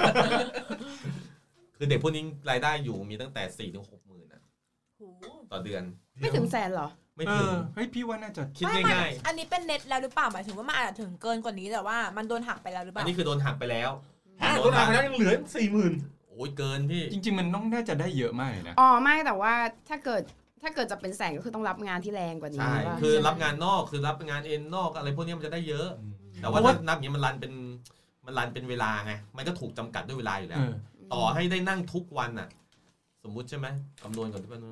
คือเด็กพวกนี้รายได้อยู่มีตั้งแต่4 ถึง 6 หมื่นนะต่อเดือนไม่ถึงแสนหรอไม่ถึงเฮ้ยพี่ว่าน่าจะคิดง่ายๆอันนี้เป็นเน็ตแล้วหรือเปล่าหมายถึงว่ามันอาจจะถึงเกินกว่านี้แต่ว่ามันโดนหักไปแล้วหรือเปล่าอันนี้คือโดนหักไปแล้วโดนหักไปแล้วยังเหลือ 40,000 โอ้ยเกินพี่จริงๆมันต้องน่าจะได้เยอะมากนะไม่แต่ว่าถ้าเกิดจะเป็นแสนก็คือต้องรับงานที่แรงกว่านี้ใช่คือรับงานนอกคือรับงานเอ็นนอกอะไรพวกนี้มันจะได้เยอะแต่ว่าถ้านับอย่างนี้มันรันเป็นเวลาไงมันก็ถูกจำกัดด้วยเวลาอยู่แล้วต่อให้ได้นั่งทุกวันน่ะสมมุติใช่ไหมคำนวณก่อนที่มัน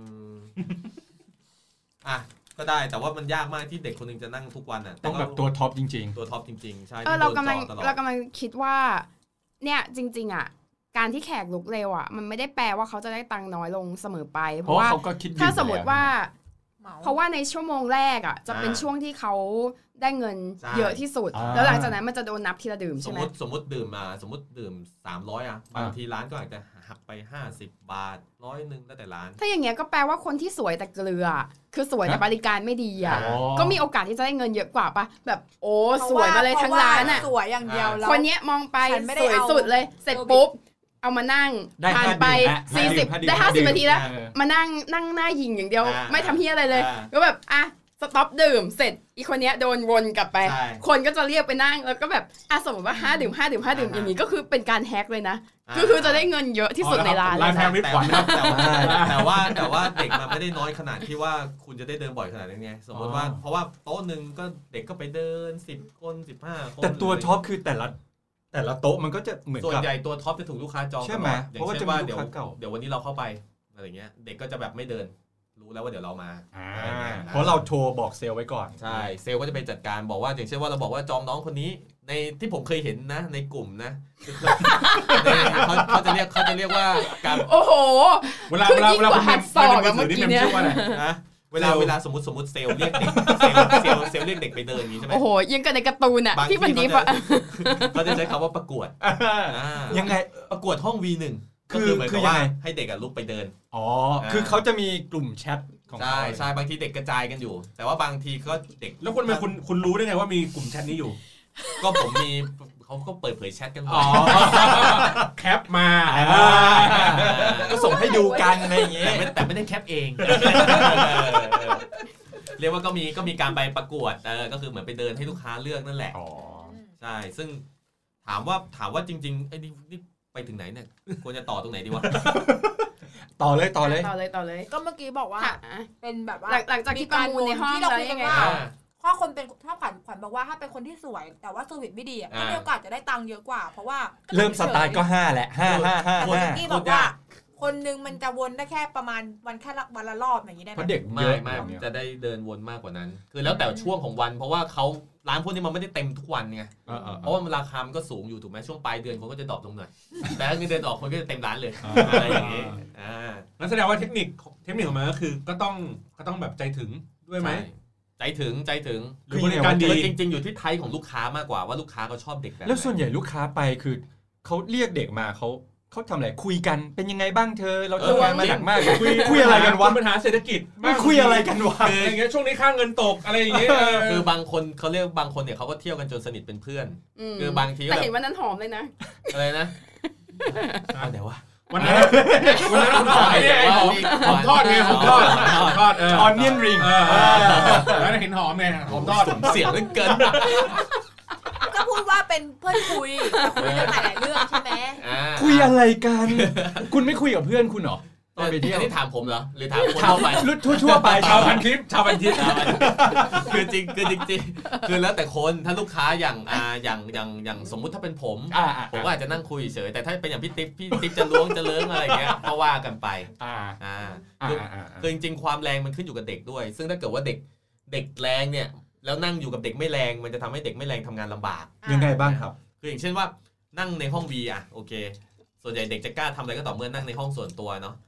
ก็ได้แต่ว่ามันยากมากที่เด็กคนนึงจะนั่งทุกวันน่ะต้องแบบตัวท็อปจริงๆตัวท็อปจริงๆใช่เรากำลังคิดว่าเนี่ยจริงๆการที่แขกลุกเร็วมันไม่ได้แปลว่าเขาจะได้ตังค์น้อยลงเสมอไปเพราะว่าถ้าสมมติว่าเพราะว่าในชั่วโมงแรกจะเป็นช่วงที่เขาได้เงินเยอะที่สุดแล้วหลังจากนั้นมันจะโดนนับทีละดื่มใช่ไหมสมมติดื่ม300บางทีร้านก็อาจจะหักไป50 บาท100แล้วแต่ร้านถ้าอย่างเงี้ยก็แปลว่าคนที่สวยแต่เกลือคือสวยแต่บริการไม่ดีก็มีโอกาสที่จะได้เงินเยอะกว่าปะแบบโอ้สวยมาเลยทั้งร้านสวยอย่างเดียวคนเนี้ยมองไปสวยสุดเลยเสร็จปุ๊บเอามานั่งผ่านไป40ได้50นาทีแล้วมานั่งหน้าหญิงอย่างเดียวไม่ทำเหี้ยอะไรเลยก็แบบสต็อปดื่มเสร็จอีคนเนี้ยโดนวนกลับไปคนก็จะเรียกไปนั่งแล้วก็แบบสมมติว่า5 ดื่มอย่างนี้ก็คือเป็นการแฮกเลยนะคือจะได้เงินเยอะที่สุดในร้านเลยนะแต่ว่าเด็กมันไม่ได้น้อยขนาดที่ว่าคุณจะได้เดินบ่อยขนาดนี้ไงสมมติว่าเพราะว่าโต๊ะนึงก็เด็กก็ไปเดิน10 คน15 คนแต่ตัวท็อปคือแต่ละโต๊ะมันก็จะเหมือนกับส่วนใหญ่ตัวท็อปจะถูกลูกค้าจองใช่ไหมเพราะว่าจะมีลูกค้าเก่าเดี๋ยววันนี้เราเข้าไปอะไรเงี้ยเด็กก็จะแบบไม่เดินรู้แล้วว่าเดี๋ยวเรามาเพราะเราโทรบอกเซลล์ไว้ก่อนใช่เซลล์ก็จะไปจัดการบอกว่าอย่างเช่นว่าเราบอกว่าจองน้องคนนี้ในที่ผมเคยเห็นนะในกลุ่มนะเขาจะเรียกว่าการโอ้โหเวลาคุณหัดสอบกับเมื่อกี้เนี่ยเวลาสมมติเซลล์เรียกเด็กเซลล์เรียกเด็กไปเดินอย่างนี้ใช่ไหมโอ้โหยังกันในการ์ตูนอ่ะที่มันดีป่ะเขาจะใช้คำว่าประกวดยังไงประกวดห้อง V1ก็คือเหมือนกับว่าให้เด็กลุกไปเดินคือเขาจะมีกลุ่มแชทของเขาใช่บางทีเด็กกระจายกันอยู่แต่ว่าบางทีก็เด็กแล้วคุณรู้ได้ไงว่ามีกลุ่มแชทนี้อยู่ก็ผมมีเขาก็เปิดเผยแชทกันแคปมาก็ส่งให้ดูกันอะไรอย่างเงี้ยแต่ไม่ได้แคปเองเรียกว่าก็มีการไปประกวดก็คือเหมือนไปเดินให้ลูกค้าเลือกนั่นแหละใช่ซึ่งถามว่าจริงๆไอ้นี่ไปถึงไหนเนี่ยควรจะต่อตรงไหนดีวะต่อเลยก็เมื่อกี้บอกว่าเป็นแบบว่าหลังจากที่ประมูลในห้องแล้วยังไงถ้าคนเป็นถ้าขวัญบอกว่าถ้าเป็นคนที่สวยแต่ว่าเซอร์วิสไม่ดีก็มีโอกาสจะได้ตังค์เยอะกว่าเพราะว่าเริ่มสตาร์ทก็5แหละ5 คนที่บอกว่าคนนึงมันจะวนได้แค่ประมาณวันละรอบอย่างนี้ได้ไหมเพราะเด็กไม่จะได้เดินวนมากกว่านั้นคือแล้วแต่ช่วงของวันเพราะว่าเขาร้านพวกนี้มันไม่ได้เต็มทุกวันไงเพราะว่าราคามันก็สูงอยู่ถูกไหมช่วงปลายเดือนคนก็จะดรอปลงหน่อยแต่ถ้าเงินเดือนออกคนก็จะเต็มร้านเลยอะไรอย่างนี้นั่นแสดงว่าเทคนิคของมันก็คือก็ต้องแบบใจถึงด้วยไหมใจถึงหรือบริการดีจริงๆอยู่ที่ไทป์ของลูกค้ามากกว่าว่าลูกค้าเขาชอบเด็กแบบแล้วส่วนใหญ่ลูกค้าไปคือเขาเรียกเด็กมาเขาทำอะไรคุยกันเป็นยังไงบ้างเธอเราทำงานมาหนักมากคุยอะไรกันวะปัญหาเศรษฐกิจไม่คุยอะไรกันวะอย่างเงี้ยช่วงนี้ค่าเงินตกอะไรอย่างเงี้ยคือบางคนเขาเรียกบางคนเนี่ยเขาก็เที่ยวกันจนสนิทเป็นเพื่อนคือบางทีแต่เห็นวันนั้นหอมเลยนะอะไรนะเดี๋ยววันนั้นผมขอไอ้เนี่ยหอมทอดไงหอมทอดออนเนียนริงแล้วเห็นหอมไงหอมทอดเสียงเกินก็พูดว่าเป็นเพื่อนคุยคุยเรื่องหลายเรื่องใช่ไหมคุยอะไรกันคุณไม่คุยกับเพื่อนคุณหรอตอนไปเที่ยวนี่ถามผมเหรอหรือถามคนทั่วไปทั่วไปชาวพันทิปคือจริงคือแล้วแต่คนถ้าลูกค้าอย่างสมมุติถ้าเป็นผมก็อาจจะนั่งคุยเฉยแต่ถ้าเป็นอย่างพี่ติ๊บจะล้วงจะเลิ้งอะไรเงี้ยก็ว่ากันไปคือจริงๆความแรงมันขึ้นอยู่กับเด็กด้วยซึ่งถ้าเกิดว่าเด็กแรงเนี่ยแล้วนั่งอยู่กับเด็กไม่แรงมันจะทำให้เด็กไม่แรงทำงานลำบากยังไงบ้างครับคืออย่างเช่นว่านั่งในห้อง V โอเคส่วนใหญ่เด็กจะกล้าทำอะไรก็ต่อเมื่อนั่งในห้องส่วนตัวเนาะ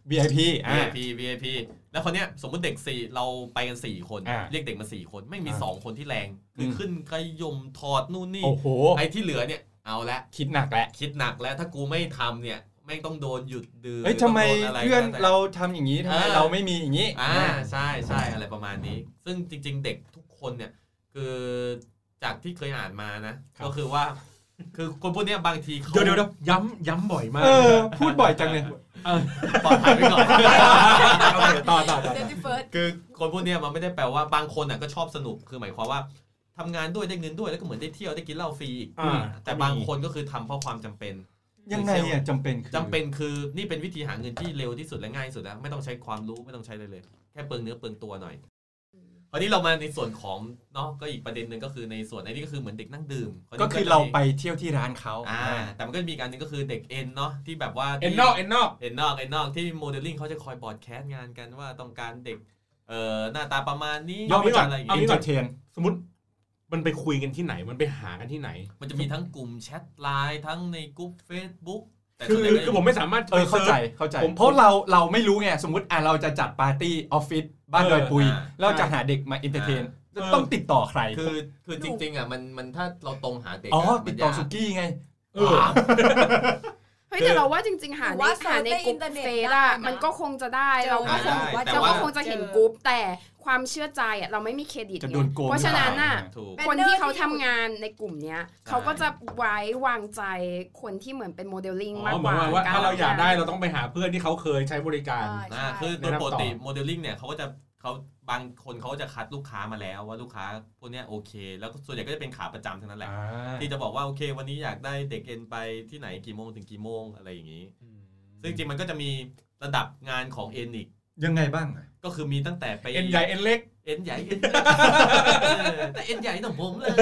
VIP แล้วคนเนี้ยสมมุติเด็ก4เราไปกัน4คนเรียกเด็กมา4คนไม่มี2คนที่แรงคือขึ้นกระยมถอดนู่นนี่ไอ้ที่เหลือเนี่ยเอาละคิดหนักแล้วถ้ากูไม่ทำเนี่ยแม่งต้องโดนหยุดดื่มทำไมเพื่อนเราทำอย่างนี้ทำไมเราไม่มีอย่างนี้ใช่อะไรประมาณนี้ซึ่งจริงๆเด็กทุกคนเนี่ยคือจากที่เคยอ่านมานะก็คือว่าคือคนพวกนี้บางทีเขาเดี๋ยวย้ำบ่อยมากพูดบ่อยจังเลยปลอดภัยไว้ก่อนต่อคือคนพวกนี้มันไม่ได้แปลว่าบางคนก็ชอบสนุกคือหมายความว่าทำงานด้วยได้เงินด้วยแล้วก็เหมือนได้เที่ยวได้กินเหล้าฟรีอีกแต่บางคนก็คือทำเพราะความจำเป็นยังไงจำเป็นคือนี่เป็นวิธีหาเงินที่เร็วที่สุดและง่ายที่สุดแล้วไม่ต้องใช้ความรู้ไม่ต้องใช้เลยแค่เปลืองเนื้อเปลืองตัวหน่อยคราวนี้เรามาในส่วนของเนาะก็อีกประเด็นนึงก็คือในส่วนไอ้นี่ก็คือเหมือนเด็กนั่งดื่มก็คือเราไปเที่ยวที่ร้านเขาแต่มันก็มีการนึงก็คือเด็กเอ็นเนาะที่แบบว่าเอ็นนอกที่โมเดลลิ่งเขาจะคอยบอร์ดแคสต์งานกันว่าต้องการเด็กหน้าตาประมาณนี้ย่อไปก่อนเอางี้ก่อนสมมติมันไปคุยกันที่ไหนมันไปหากันที่ไหนมันจะมีทั้งกลุ่มแชทไลน์ทั้งในกลุ่ม Facebook คือผมไม่สามารถเข้าใจเพราะเราไม่รู้ไงสมมติเราจะจัดปาร์ตี้ออฟฟิศบ้านดอยปุยเราจะหาเด็กมาเอนเตอร์เทนต้องติดต่อใครคือจริงๆมันถ้าเราตรงหาเด็กติดต่อสุกี้ไงเฮ้ยแต่เราว่าจริงๆหาในกลุ่มเฟซมันก็คงจะได้เราก็คงจะเห็นกลุ่มแต่ความเชื่อใจเราไม่มีเครดิตเพราะฉะนั้นคนที่เขาทำงานในกลุ่มเนี้ยเขาก็จะไว้วางใจคนที่เหมือนเป็นโมเดลลิ่งมากกว่าถ้าเราอยากได้เราต้องไปหาเพื่อนที่เขาเคยใช้บริการคือโดยปกติโมเดลลิ่งเนี่ยเขาก็จะเขาบางคนเขาจะคัดลูกค้ามาแล้วว่าลูกค้าพวกนี้โอเคแล้วส่วนใหญ่ก็จะเป็นขาประจำทั้งนั้นแหละที่จะบอกว่าโอเควันนี้อยากได้เด็กเอ็นไปที่ไหนกี่โมงถึงกี่โมงอะไรอย่างนี้ซึ่งจริงมันก็จะมีระดับงานของเอ็นอีกยังไงบ้างก็คือมีตั้งแต่ไปเอ็นใหญ่เอ็นเล็กเอ็นใหญ่เอ็นแต่เอ็นใหญ่ของผมเลย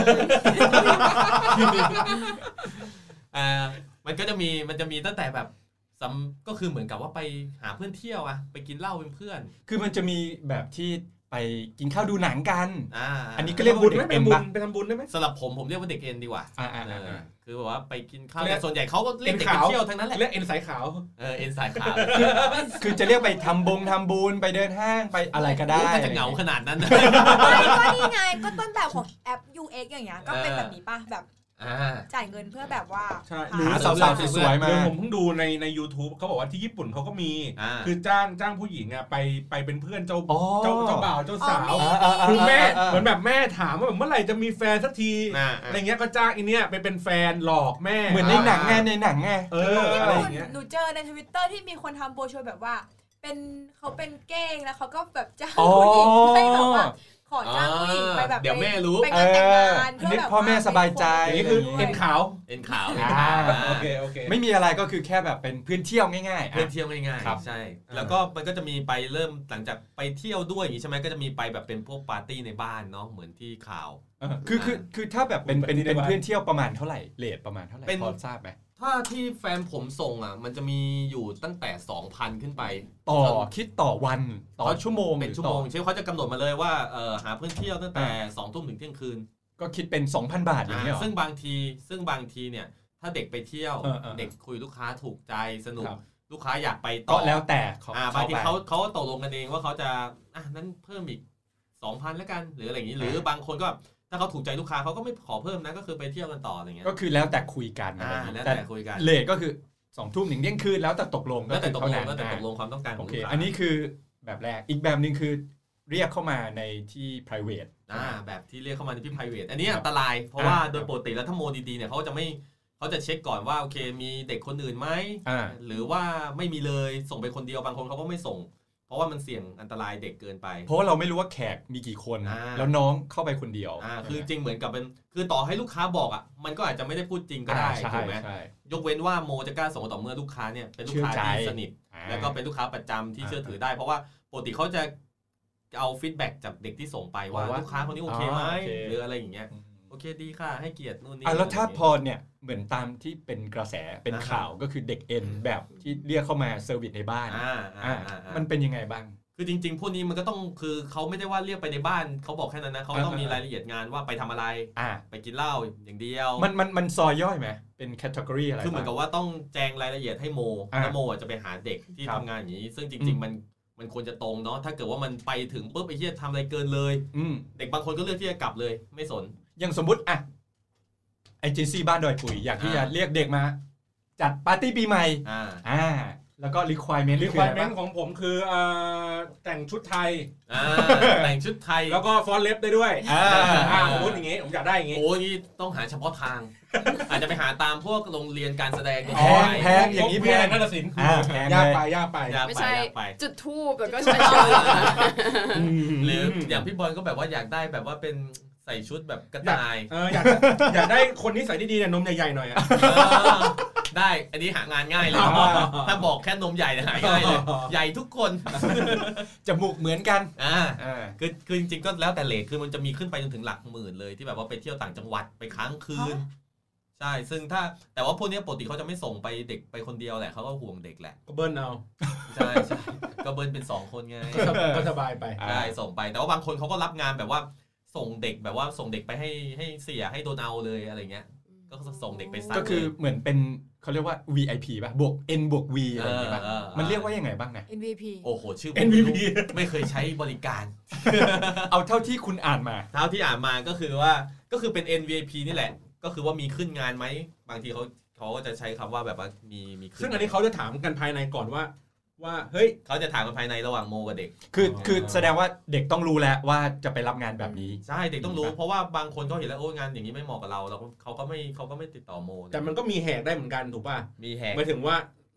มันก็จะมีตั้งแต่แบบก็คือเหมือนกับว่าไปหาเพื่อนเที่ยวอะไปกินเหล้าเป็นเพื่อนคือมันจะมีแบบที่ไปกินข้าวดูหนังกันอันนี้ก็เรียกว่าเด็กเอ็นไปทำบุญได้ไหมสำหรับผมเรียกว่าเด็กเอ็นดีกว่าคือแบบว่าไปกินข้าวแต่ส่วนใหญ่เขาก็เรียกเด็กไปเที่ยวทั้งนั้นแหละเรียกเอ็นสายขาวเอ็นสายขาวคือจะเรียกไปทำบุญไปเดินห้างไปอะไรก็ได้จะเหงาขนาดนั้นก็นี่ไงก็ต้นแบบของแอป UX อย่างเงี้ยก็เป็นแบบนี้ป่ะแบบจ่ายเงินเพื่อแบบว่าหาสาวๆสวยๆมาผมเพิ่งดูใน YouTube เขาบอกว่าที่ญี่ปุ่นเขาก็มีคือจ้างผู้หญิงอ่ะไปเป็นเพื่อนเจ้าบ่าวเจ้าสาวคือแม่เหมือนแบบแม่ถามว่าเมื่อไหร่จะมีแฟนสักทีอะไรเงี้ยก็จ้างอีเนี้ยไปเป็นแฟนหลอกแม่เหมือนในหนังไงอะไรอย่างเงี้ยหนูเจอใน Twitter ที่มีคนทำโบรชัวร์แบบว่าเขาเป็นเก้งแล้วเขาก็แบบจ้างผู้หญิงให้แบบว่าขอจ้างผู้หญิงไปแบบเดี๋ยวแม่รู้ไปงานแต่งงานเพื่อแบบพ่อแม่สบายใจนี่คือเอ็นขาวโอเคไม่มีอะไรก็คือแค่แบบเป็นเพื่อนเที่ยวง่ายๆเพื่อนเที่ยวง่ายๆใช่แล้วก็มันก็จะมีไปเริ่มหลังจากไปเที่ยวด้วยอย่างนี้ใช่ไหมก็จะมีไปแบบเป็นพวกปาร์ตี้ในบ้านเนาะเหมือนที่ข่าวคือถ้าแบบเป็นเพื่อนเที่ยวประมาณเท่าไหร่เรทประมาณเท่าไหร่พอทราบไหมถ้าที่แฟนผมส่งอ่ะมันจะมีอยู่ตั้งแต่ 2,000 ขึ้นไปคิดต่อวันต่อชั่วโมงเป็นชั่วโมงเช่นเขาจะกำหนดมาเลยว่าหาเพื่อนเที่ยวตั้งแต่ 20:00 นถึงเที่ยงคืนก็คิดเป็น 2,000 บาทอย่างเงี้ยซึ่งบางทีเนี่ยถ้าเด็กไปเที่ยวเด็กคุยลูกค้าถูกใจสนุกลูกค้าอยากไปต่อก็แล้วแต่บางทีเขาตกลงกันเองว่าเขาจะนั้นเพิ่มอีก 2,000 แล้วกันหรืออะไรอย่างนี้หรือบางคนก็ถ้าเขาถูกใจลูกค้าเขาก็ไม่ขอเพิ่มนะก็คือไปเที่ยวกันต่ออะไรเงี้ยก็คือแล้วแต่คุยกันแล้วแต่คุยกันเลทก็คือ 20:00 นถึงเที่ยงคืนแล้วแต่ตกลงแล้วแต่ตกลงความต้องการของลูกค้าอันนี้คือแบบแรกอีกแบบนึงคือเรียกเข้ามาในที่ private แบบที่เรียกเข้ามาในที่ private อันนี้อันตรายเพราะว่าโดยปกติแล้วถ้าโมดีๆเนี่ยเขาจะเช็คก่อนว่าโอเคมีเด็กคนอื่นไหมหรือว่าไม่มีเลยส่งไปคนเดียวบางคนเขาก็ไม่ส่งเพราะว่ามันเสี่ยงอันตรายเด็กเกินไปเพราะว่าเราไม่รู้ว่าแขกมีกี่คนแล้วน้องเข้าไปคนเดียวคือจริงเหมือนกับเป็นคือต่อให้ลูกค้าบอกอ่ะมันก็อาจจะไม่ได้พูดจริงก็ได้ถูกไหมยกเว้นว่าโมจะกล้าส่งต่อเมื่อลูกค้าเนี่ยเป็นลูกค้าที่สนิทแล้วก็เป็นลูกค้าประจำที่เชื่อถือได้เพราะว่าปกติเขาจะเอาฟีดแบ็กจากเด็กที่ส่งไปว่าลูกค้าคนนี้โอเคไหมหรืออะไรอย่างเงี้ยโอเคดีค่ะให้เกียรตินู่นนี่แล้วถ้าพอเนี่ยเหมือนตามที่เป็นกระแสเป็นข่าวก็คือเด็กเอ็นแบบที่เรียกเข้ามาเซอร์วิสในบ้านมันเป็นยังไงบ้างคือจริงๆพวกนี้มันก็ต้องคือเขาไม่ได้ว่าเรียกไปในบ้านเขาบอกแค่นั้นนะเขาต้องมีรายละเอียดงานว่าไปทำอะไรไปกินเหล้าอย่างเดียวมันซอยย่อยไหมเป็นแคตตากรีอะไรคือเหมือนกับว่าต้องแจ้งรายละเอียดให้โมแล้วโมจะไปหาเด็กที่ทำงานอย่างนี้ซึ่งจริงๆมันควรจะตรงเนาะถ้าเกิดว่ามันไปถึงปุ๊บไอ้ที่จะทำอะไรเกินเลยเด็กบางคนก็เลือกที่จะกลับเลยไม่สนอย่างสมมุติเอเจนซี่บ้านดอยปุ๋ยอยากที่จะเรียกเด็กมาจัดปาร์ตี้ปีใหม่แล้วก็ requirement ของผมคือแต่งชุดไทยแต่งชุดไทยแล้วก็ฟอนต์เล็บได้ด้วยสมมติอย่างงี้ผมอยากได้อย่างงี้โอ้ยต้องหาเฉพาะทางอาจจะไปหาตามพวกโรงเรียนการแสดงแพงอย่างนี้แพงนาฏศิลป์ยากไปไม่ใช่จุดทูบแล้วก็ใช้ชื่อหรืออย่างพี่บอลก็แบบว่าอยากได้แบบว่าเป็นใส่ชุดแบบกระต่ายอยากได้คนนี้ใส่ดีๆเนี่ยนมใหญ่ๆหน่อยได้อันนี้หางานง่ายเลยถ้าบอกแค่นมใหญ่หาง่ายเลยใหญ่ทุกคนจมูกเหมือนกันคือจริงๆก็แล้วแต่เลทคือมันจะมีขึ้นไปจนถึงหลักหมื่นเลยที่แบบว่าไปเที่ยวต่างจังหวัดไปค้างคืนใช่ซึ่งแต่ว่าพวกนี้ปกติเขาจะไม่ส่งไปเด็กไปคนเดียวแหละเขาก็ห่วงเด็กแหละก็เบิ้ลเอาใช่ก็เบิ้ลเป็น2คนไงก็สบายไปใช่ส่งไปแต่ว่าบางคนเขาก็รับงานแบบว่าส่งเด็กแบบว่าส่งเด็กไปให้เสียให้โดนเอาเลยอะไรเงี้ยก็ส่งเด็กไปซักก็คือเหมือนเป็นเขาเรียกว่า VIP ป่ะบวก N บวก V อะไรอย่างเงี้ยป่ะมันเรียกว่ายังไงบ้างนะ MVP โอ้โหชื่อ MVP ไม่เคยใช้บริการเอาเท่าที่คุณอ่านมาเท่าที่อ่านมาก็คือว่าก็คือเป็น NVIP นี่แหละก็คือว่ามีขึ้นงานไหมบางทีเขาก็จะใช้คำว่าแบบว่ามีซึ่งอันนี้เขาจะถามกันภายในก่อนว่าเฮ้ยเขาจะถามกันภายในระหว่างโมกับเด็กคือแสดงว่าเด็กต้องรู้แล้วว่าจะไปรับงานแบบนี้ใช่เด็กต้องรู้เพราะว่าบางคนก็เห็นแล้วโอ้งานอย่างนี้ไม่เหมาะกับเราเขาก็ไม่ติดต่อโมแต่มันก็มีแหกได้เหมือนกันถูกป่ะมีแหกหมายถึงว่า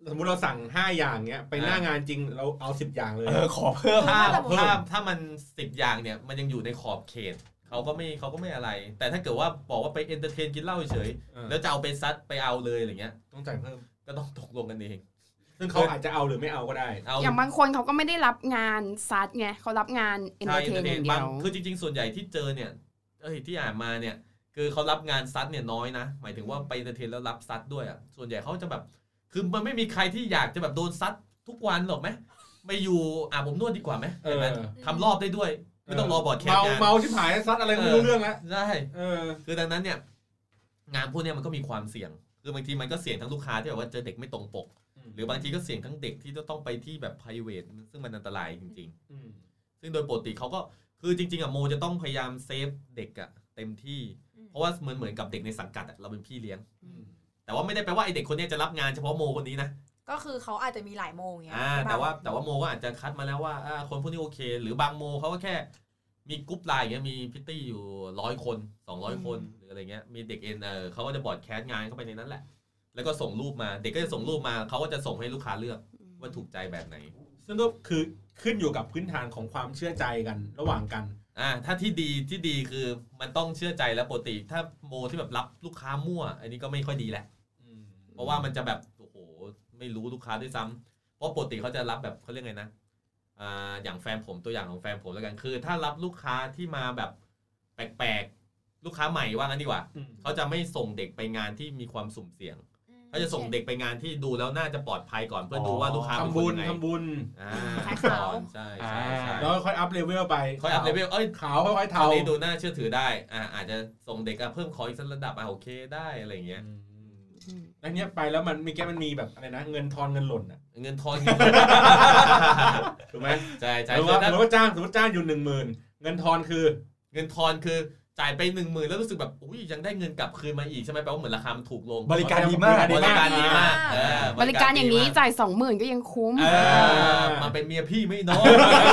สมมติเราสั่ง5อย่างเงี้ยไปหน้างานจริงเราเอา10อย่างเลยขอเพิ่มถ้ามัน10อย่างเนี่ยมันยังอยู่ในขอบเขตเขาก็ไม่อะไรแต่ถ้าเกิดว่าบอกว่าไปเอนเตอร์เทนกินเหล้าเฉยแล้วจะเอาไปซัดไปเอาเลยอะไรเงี้ยต้องจ่ายเพิ่มก็ต้องตกลงกันเองซึ่งเขาอาจจะเอาหรือไม่เอาก็ได้อย่างบางคนเขาก็ไม่ได้รับงานซัดไงเขารับงานเอนเตอร์เทนอย่างเดียวคือจริงๆส่วนใหญ่ที่เจอเนี่ยที่อ่านมาเนี่ยคือเขารับงานซัดเนี่ยน้อยนะหมายถึงว่าไปเอนเตอร์เทนแล้วรับซัดด้วยอ่ะส่วนใหญ่เขาจะแบบคือมันไม่มีใครที่อยากจะแบบโดนซัดทุกวันหรอกไหมไม่อยู่ผมนวดดีกว่าไหมทำรอบได้ด้วยไม่ต้องรอบอร์ดแคสเมาชิบหายซัดอะไรไม่รู้เรื่องแล้วใช่คือดังนั้นเนี่ยงานพวกนี้มันก็มีความเสี่ยงคือบางทีมันก็เสี่ยงทั้งลูกค้าที่แบบว่าเจอเด็กไม่ตรงปกหรือบางทีก็เสี่ยงทั้งเด็กที่ต้องไปที่แบบ private ซึ่งมันอันตรายจริงๆซึ่งโดยปกติเขาก็คือจริงๆโมจะต้องพยายามเซฟเด็กเต็มที่เพราะว่าเหมือนกับเด็กในสังกัดเราเป็นพี่เลี้ยงแต่ว่าไม่ได้แปลว่าไอเด็กคนนี้จะรับงานเฉพาะโมคนนี้นะก็คือเขาอาจจะมีหลายโมอย่างเงี้ยแต่ว่าโมก็อาจจะคัดมาแล้วว่าคนพวกนี้โอเคหรือบางโมเขาก็แค่มีกรุ๊ปไลน์อย่างเงี้ยมีพิตตี้อยู่100 คน200 คนหรืออะไรเงี้ยมีเด็กเขาก็จะบอร์ดแคสงานเข้าไปในนั้นแหละแล้วก็ส่งรูปมาเด็กก็จะส่งรูปมาเขาก็จะส่งให้ลูกค้าเลือกว่าถูกใจแบบไหนซึ่งก็คือขึ้นอยู่กับพื้นฐานของความเชื่อใจกันระหว่างกันถ้าที่ดีคือมันต้องเชื่อใจแล้วปกติถ้าโมที่แบบรับลูกค้ามั่วอันนี้ก็ไม่ค่อยดีแหละเพราะว่ามันจะแบบโอ้โหไม่รู้ลูกค้าด้วยซ้ำเพราะปกติเขาจะรับแบบเขาเรียกไงนะอย่างแฟนผมตัวอย่างของแฟนผมแล้วกันคือถ้ารับลูกค้าที่มาแบบแปลกๆลูกค้าใหม่ว่างั้นดีกว่าเขาจะไม่ส่งเด็กไปงานที่มีความสุ่มเสี่ยงเขาจะส่งเด็กไปงานที่ดูแล้วน่าจะปลอดภัยก่อนเพื่อดูว่าลูกค้าเป็นคนยังไงทำบุญใช่แล้วค่อยอัพเลเวลไปค่อยอัพเลเวลขาวค่อยๆเทาดูน่าเชื่อถือได้อาจจะส่งเด็กเพิ่มขออีกสักระดับโอเคได้อะไรอย่างเงี้ยแล้วเนี้ยไปแล้วมันมีแบบอะไรนะเงินทอนเงินหล่นเงินทอนถูกไหมใช่หรือว่าจ้างสมมติจ้างอยู่ 10,000เงินทอนคือจ่ายไป 10,000แล้วรู้สึกแบบอุ้ยยังได้เงินกลับคืนมาอีกใช่ไหมแปลว่าเหมือนราคามันถูกลงบริการดีมากบริการดีมากบริการอย่างนี้จ่าย 20,000ก็ยังคุ้มมาเป็นเมียพี่ไม่น้อย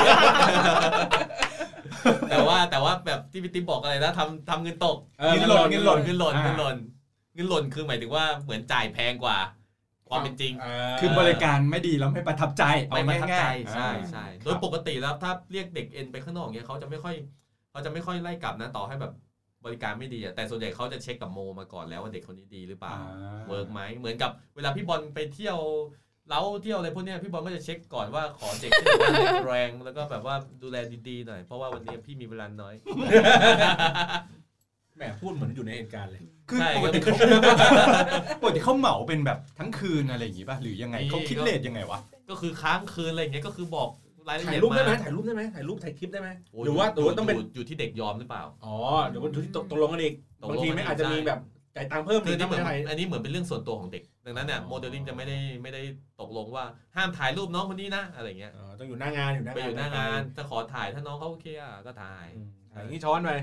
แต่ว่าแบบที่พี่ติ๊บบอกอะไรนะทำเงินตกเงินหล่นคือหมายถึงว่าเหมือนจ่ายแพงกว่าความเป็นจริงคือบริการไม่ดีแล้วไม่ประทับใจไม่ประทับใจใช่โดยปกติแล้วถ้าเรียกเด็กเอ็นไปข้างนอกอย่างเงี้ยเขาจะไม่ค่อยไล่กลับนะต่อให้แบบบริการไม่ดีแต่ส่วนใหญ่เขาจะเช็คกับโมมาก่อนแล้วว่าเด็กคนนี้ดีหรือเปล่าเวิร์กไหมเหมือนกับเวลาพี่บอลไปเที่ยวเล้าเที่ยวอะไรพวกนี้พี่บอลก็จะเช็คก่อนว่าขอเด็กที่แรงแล้วก็แบบว่าดูแลดีๆหน่อยเพราะว่าวันนี้พี่มีเวลาน้อยแหมพูดเหมือนอยู่ในเหตุการณ์เลยคือปกติเขาเหมาเป็นแบบทั้งคืนอะไรอย่างงี้ป่ะหรือยังไงเขาคิดเลทยังไงวะก็คือค้างคืนอะไรอย่างเงี้ยก็คือบอกถ่ายรูปได้ไหมถ่ายรูปถ่ายคลิปได้ไหมหรือว่าต้องเป็นอยู่ที่เด็กยอมหรือเปล่าหรือว่าอยู่ที่ตกลงกันอีกบางทีไม่อาจจะมีแบบจ่ายตังค์เพิ่มคือนี่เหมือนอันนี้เหมือนเป็นเรื่องส่วนตัวของเด็กดังนั้นเนี่ยโมเดลลิ่งจะไม่ได้ตกลงว่าห้ามถ่ายรูปน้องคนนี้นะอะไรเงี้ยต้องอยู่หน้างานไปอยู่หน้างานจะขอถ่ายถ้าน้องเขาโอเคก็ถ่ายอย่างนี้ช้อนไป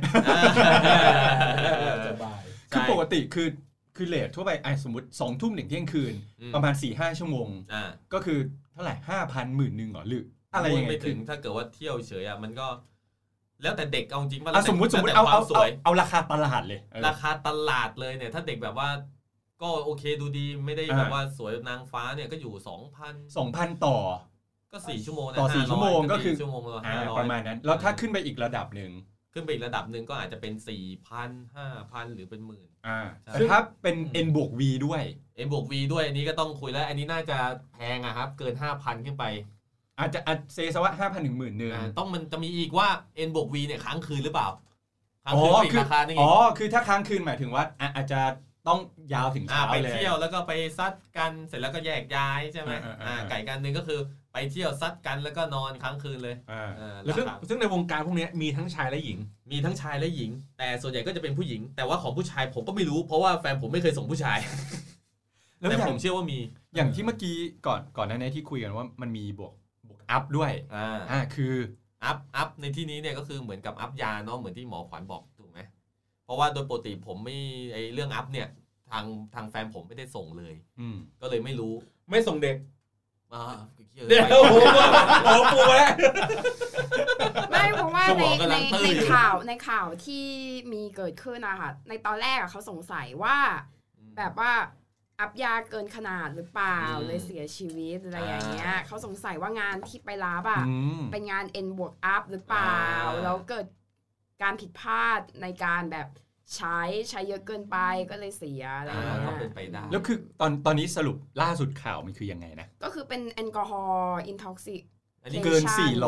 สบายคือปกติคือเลททั่วไปสมมติ20:00 นถึงเที่ยงคืนประมาณ 4-5 ชั่วโมงก็คือเท่าไหร่ 5,000 10,000 หรอหรืออะไรยังไงไม่ถึงถ้าเกิดว่าเที่ยวเฉยมันก็แล้วแต่เด็กเอาจริงสมมติเอาราคาตลาดเลยราคาตลาดเลยเนี่ยถ้าเด็กแบบว่าก็โอเคดูดีไม่ได้แบบว่าสวยนางฟ้าเนี่ยก็อยู่ 2,000 ต่อก็4ชั่วโมงต่อ4ชั่วโมงก็คือชั่วโมงละประมาณนั้นแล้วถ้าขึ้นไปอีกระดับนึงก็อาจจะเป็น 4,000 5,000 หรือเป็นหมื่นแต่ถ้าเป็น N+V ด้วย N+V ด้วยอันนี้ก็ต้องคุยแล้วอันนี้น่าจะแพงครับเกิน 5,000 ขึ้นไปอาจจะเซซะว่า 5,000 ถึง 10,000 ต้องมันจะมีอีกว่า N+V เนี่ยค้างคืนหรือเปล่าค้างคืนอีกราคานึงคือถ้าค้างคืนหมายถึงว่าอาจจะต้องยาวถึงเช้าเลยไปเที่ยวแล้วก็ไปซัดกันเสร็จแล้วก็แยกย้ายใช่ไหมไก่กันนึงก็คือไปเที่ยวซัดกันแล้วก็นอนค้างคืนเลยแล้วซึ่งในวงการพวกนี้มีทั้งชายและหญิงแต่ส่วนใหญ่ก็จะเป็นผู้หญิงแต่ว่าของผู้ชายผมก็ไม่รู้เพราะว่าแฟนผมไม่เคยส่งผู้ชายแต่ผมเชื่อว่ามีอย่างที่เมื่อกี้ก่อนหน้านี้ที่คุยกันว่ามันมีบวกอัพด้วยคืออัพในที่นี้เนี่ยก็คือเหมือนกับอัพยาเนาะเหมือนที่หมอขวัญบอกถูกไหมเพราะว่าโดยปกติผมไม่เรื่องอัพเนี่ยทางแฟนผมไม่ได้ส่งเลยก็เลยไม่รู้ไม่ส่งเด็กเดี๋ยวโอ้ปูแล้วไม่เพราะว่าในข่าวที่มีเกิดขึ้นอะค่ะในตอนแรกเขาสงสัยว่าแบบว่าอัพยาเกินขนาดหรือเปล่าเลยเสียชีวิตอะไรอย่างเงี้ยเขาสงสัยว่างานที่ไปรับอ่ะเป็นงาน N บวก up หรือเปล่าแล้วเกิดการผิดพลาดในการแบบใช้เยอะเกินไปก็เลยเสียอะไรอย่างเงี้ยแล้วคือตอนนี้สรุปล่าสุดข่าวมันคือยังไงนะก็คือเป็นแอลกอฮอล์อินท็อกซิเกิน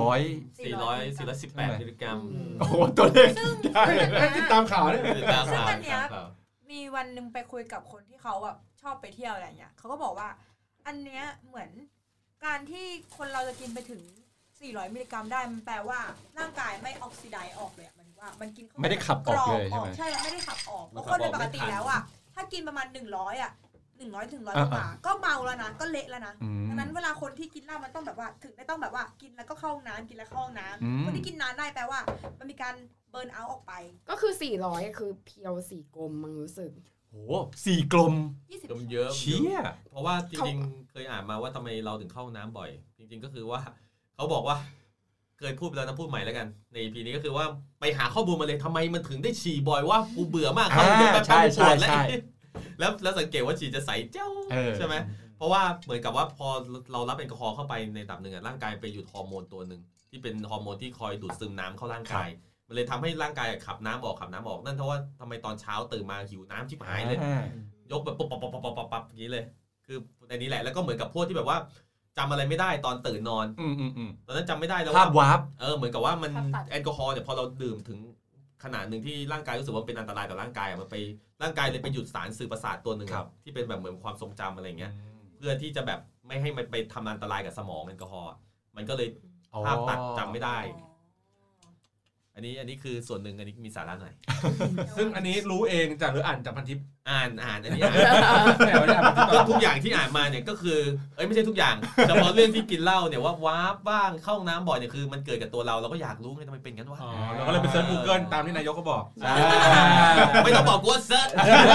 418 มิลลิกรัมโอ้โหตัวเลขได้ติดตามข่าวเนี่ยซึ่งอันเนี้ยมีวันนึงไปคุยกับคนที่เขาแบบชอบไปเที่ยวอะไรเงี้ยเขาก็บอกว่าอันเนี้ยเหมือนการที่คนเราจะกินไปถึง400 มิลลิกรัมได้มันแปลว่าร่างกายไม่ออกซิไดซ์ออกเลยมันว่ามันกินไม่ได้ขับออกเลยใช่ไหมใช่ไม่ได้ขับออกเพราะคนโดยปกติแล้วอ่ะถ้ากินประมาณ100อ่ะ100 ถึง 100 กว่าก็เมาแล้วนะก็เละแล้วนะดังนั้นเวลาคนที่กินเหล้ามันต้องแบบว่าถึงได้ต้องแบบว่ากินแล้วก็เข้าห้องน้ำกินแล้วเข้าห้องน้ำคนที่กินนานได้แปลว่ามันมีการเบิร์นเอาท์ออกไปก็คือ400คือเพียว4กลมมันรู้สึกโห4กลมเยอะเชี่ยเพราะว่าจริงๆเคยอ่านมาว่าทำไมเราถึงเข้าห้องน้ำบ่อยจริงๆก็คือว่าเขาบอกว่าเคยพูดไปแล้วนะพูดใหม่แล้วกันใน EP นี้ก็คือว่าไปหาข้อมูลมาเลยทำไมมันถึงได้ฉี่บ่อยว่ากูเบื่อมากเขาจะแบบปวดแล้วสังเกตว่าฉี่จะใสเจ้าใช่ไหมเพราะว่าเหมือนกับว่าพอเรารับแอลกอฮอล์เข้าไปในระดับหนึ่งร่างกายไปหยุดฮอร์โมนตัวหนึ่งที่เป็นฮอร์โมนที่คอยดูดซึมน้ำเข้าร่างกายมันเลยทำให้ร่างกายขับน้ำออกนั่นเพราะว่าทำไมตอนเช้าตื่นมาหิวน้ำชิบหายเลยยกแบบปั๊บอย่างนี้เลยคือในนี้แหละแล้วก็เหมือนกับพวกที่แบบว่าจำอะไรไม่ได้ตอนตื่นนอนตอนนั้นจำไม่ได้แล้วภาพวาร์ปเหมือนกับว่ามันแอลกอฮอล์เนี่ยพอเราดื่มถึงขนาดหนึ่งที่ร่างกายรู้สึกว่าเป็นอันตรายต่อร่างกายมันไปร่างกายเลยไปหยุดสารสื่อประสาทตัวหนึ่งที่เป็นแบบเหมือนความทรงจำอะไรเงี้ยเพื่อที่จะแบบไม่ให้มันไปทำอันตรายกับสมองแอลกอฮอล์มันก็เลยภาพตัดจำไม่ได้อันนี้คือส่วนหนึ่งอันนี้มีสาระหน่อยซึ่งอันนี้รู้เองจากหรืออ่านจากพันทิปอ่านอันนี้ทุกอย่างที่อ่านมาเนี่ยก็คือไม่ใช่ทุกอย่างเฉพาะเรื่องที่กินเหล้าเนี่ยว่าว้าบ้างเข้าห้องน้ำบ่อยเนี่ยคือมันเกิดกับตัวเราก็อยากรู้ไงทำไมเป็นงั้นวะเราก็เลยไปเซิร์ช Google ตามที่นายกก็บอกไม่ต้องบอกกูเซิร์ช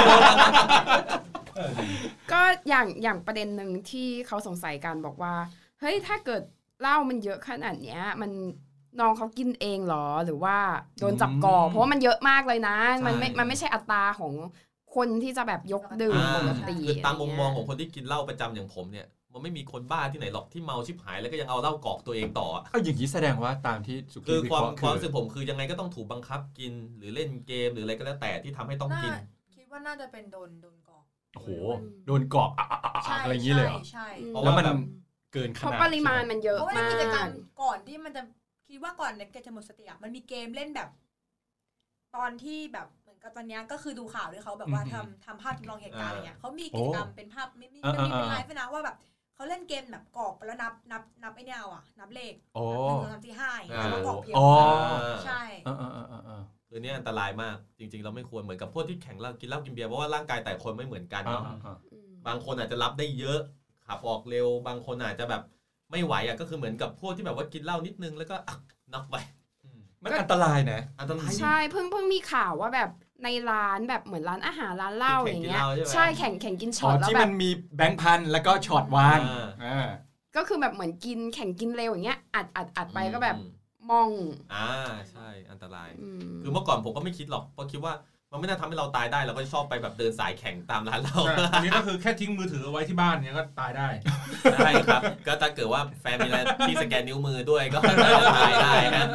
ก็อย่างประเด็นหนึ่งที่เขาสงสัยกันบอกว่าเฮ้ยถ้าเกิดเหล้ามันเยอะขนาดเนี้ยมันน้องเขากินเองหรอหรือว่าโดนจับก่อเพราะว่ามันเยอะมากเลยนะมันไม่ใช่อัตราของคนที่จะแบบยกดื่มปกติคือตามมุมมองของคนที่กินเหล้าประจำอย่างผมเนี่ยมันไม่มีคนบ้าที่ไหนหรอกที่เมาชิบหายแล้วก็ยังเอาเหล้ากอกตัวเองต่อก็อย่างนี้แสดงว่าตามที่สุกี้วิเคราะห์ความรู้สึกผมคือยังไงก็ต้องถูกบังคับกินหรือเล่นเกมหรืออะไรก็แล้วแต่ที่ทำให้ต้องกินคิดว่าน่าจะเป็นโดนกอกโอ้โหโดนกอกอะไรอย่างนี้เลยเหรอใช่แล้วมันเกินขนาดเพราะปริมาณมันเยอะมากก่อนที่มันจะคิดว่าก่อนเนี่ยแกจะหมดสติอ่ะมันมีเกมเล่นแบบตอนที่แบบเหมือนกับตอนนี้ก็คือดูข่าวด้วยเขาแบบว่าทำภาพจำลองเหตุการณ์อะไรเงี้ยเขามีกิจกรรมเป็นภาพมันมีเป็นไลฟ์นะว่าแบบเขาเล่นเกมแบบกรอกแล้วนับไอ้เนี่ยอ่ะนับเลข1 2 3 4 5แล้วกรอกเพียงใช่คือเนี่ยอันตรายมากจริงๆเราไม่ควรเหมือนกับพวกที่แข่งเหล้ากินเหล้ากินเบียร์เพราะว่าร่างกายแต่คนไม่เหมือนกันบางคนอาจจะรับได้เยอะขับออกเร็วบางคนอาจจะแบบไม่ไหวอ่ะก็คือเหมือนกับพวกที่แบบว่ากินเหล้านิดนึงแล้วก็น็อกไปมันอันตรายนะอันตรายใช่เพิ่งมีข่าวว่าแบบในร้านแบบเหมือนร้านอาหารร้านเหล้าอย่างเงี้ยใช่แข่งกินช็อตแล้วแบบที่มันมีแบงค์พันแล้วก็ช็อตวางก็คือแบบเหมือนกินแข่งกินเร็วอย่างเงี้ยอัดไปก็แบบมองใช่อันตรายคือเมื่อก่อนผมก็ไม่คิดหรอกเพราะคิดว่ามันไม่น่าทำให้เราตายได้เราก็ชอบไปแบบเดินสายแข่งตามร้านเราอันนี้ก็คือแค่ทิ้งมือถือเอาไว้ที่บ้านเนี่ยก็ตายได้ใช่ครับก็ถ้าเกิดว่าแฟนมีอะไรที่สแกนนิ้วมือด้วยก็ตายได้นะ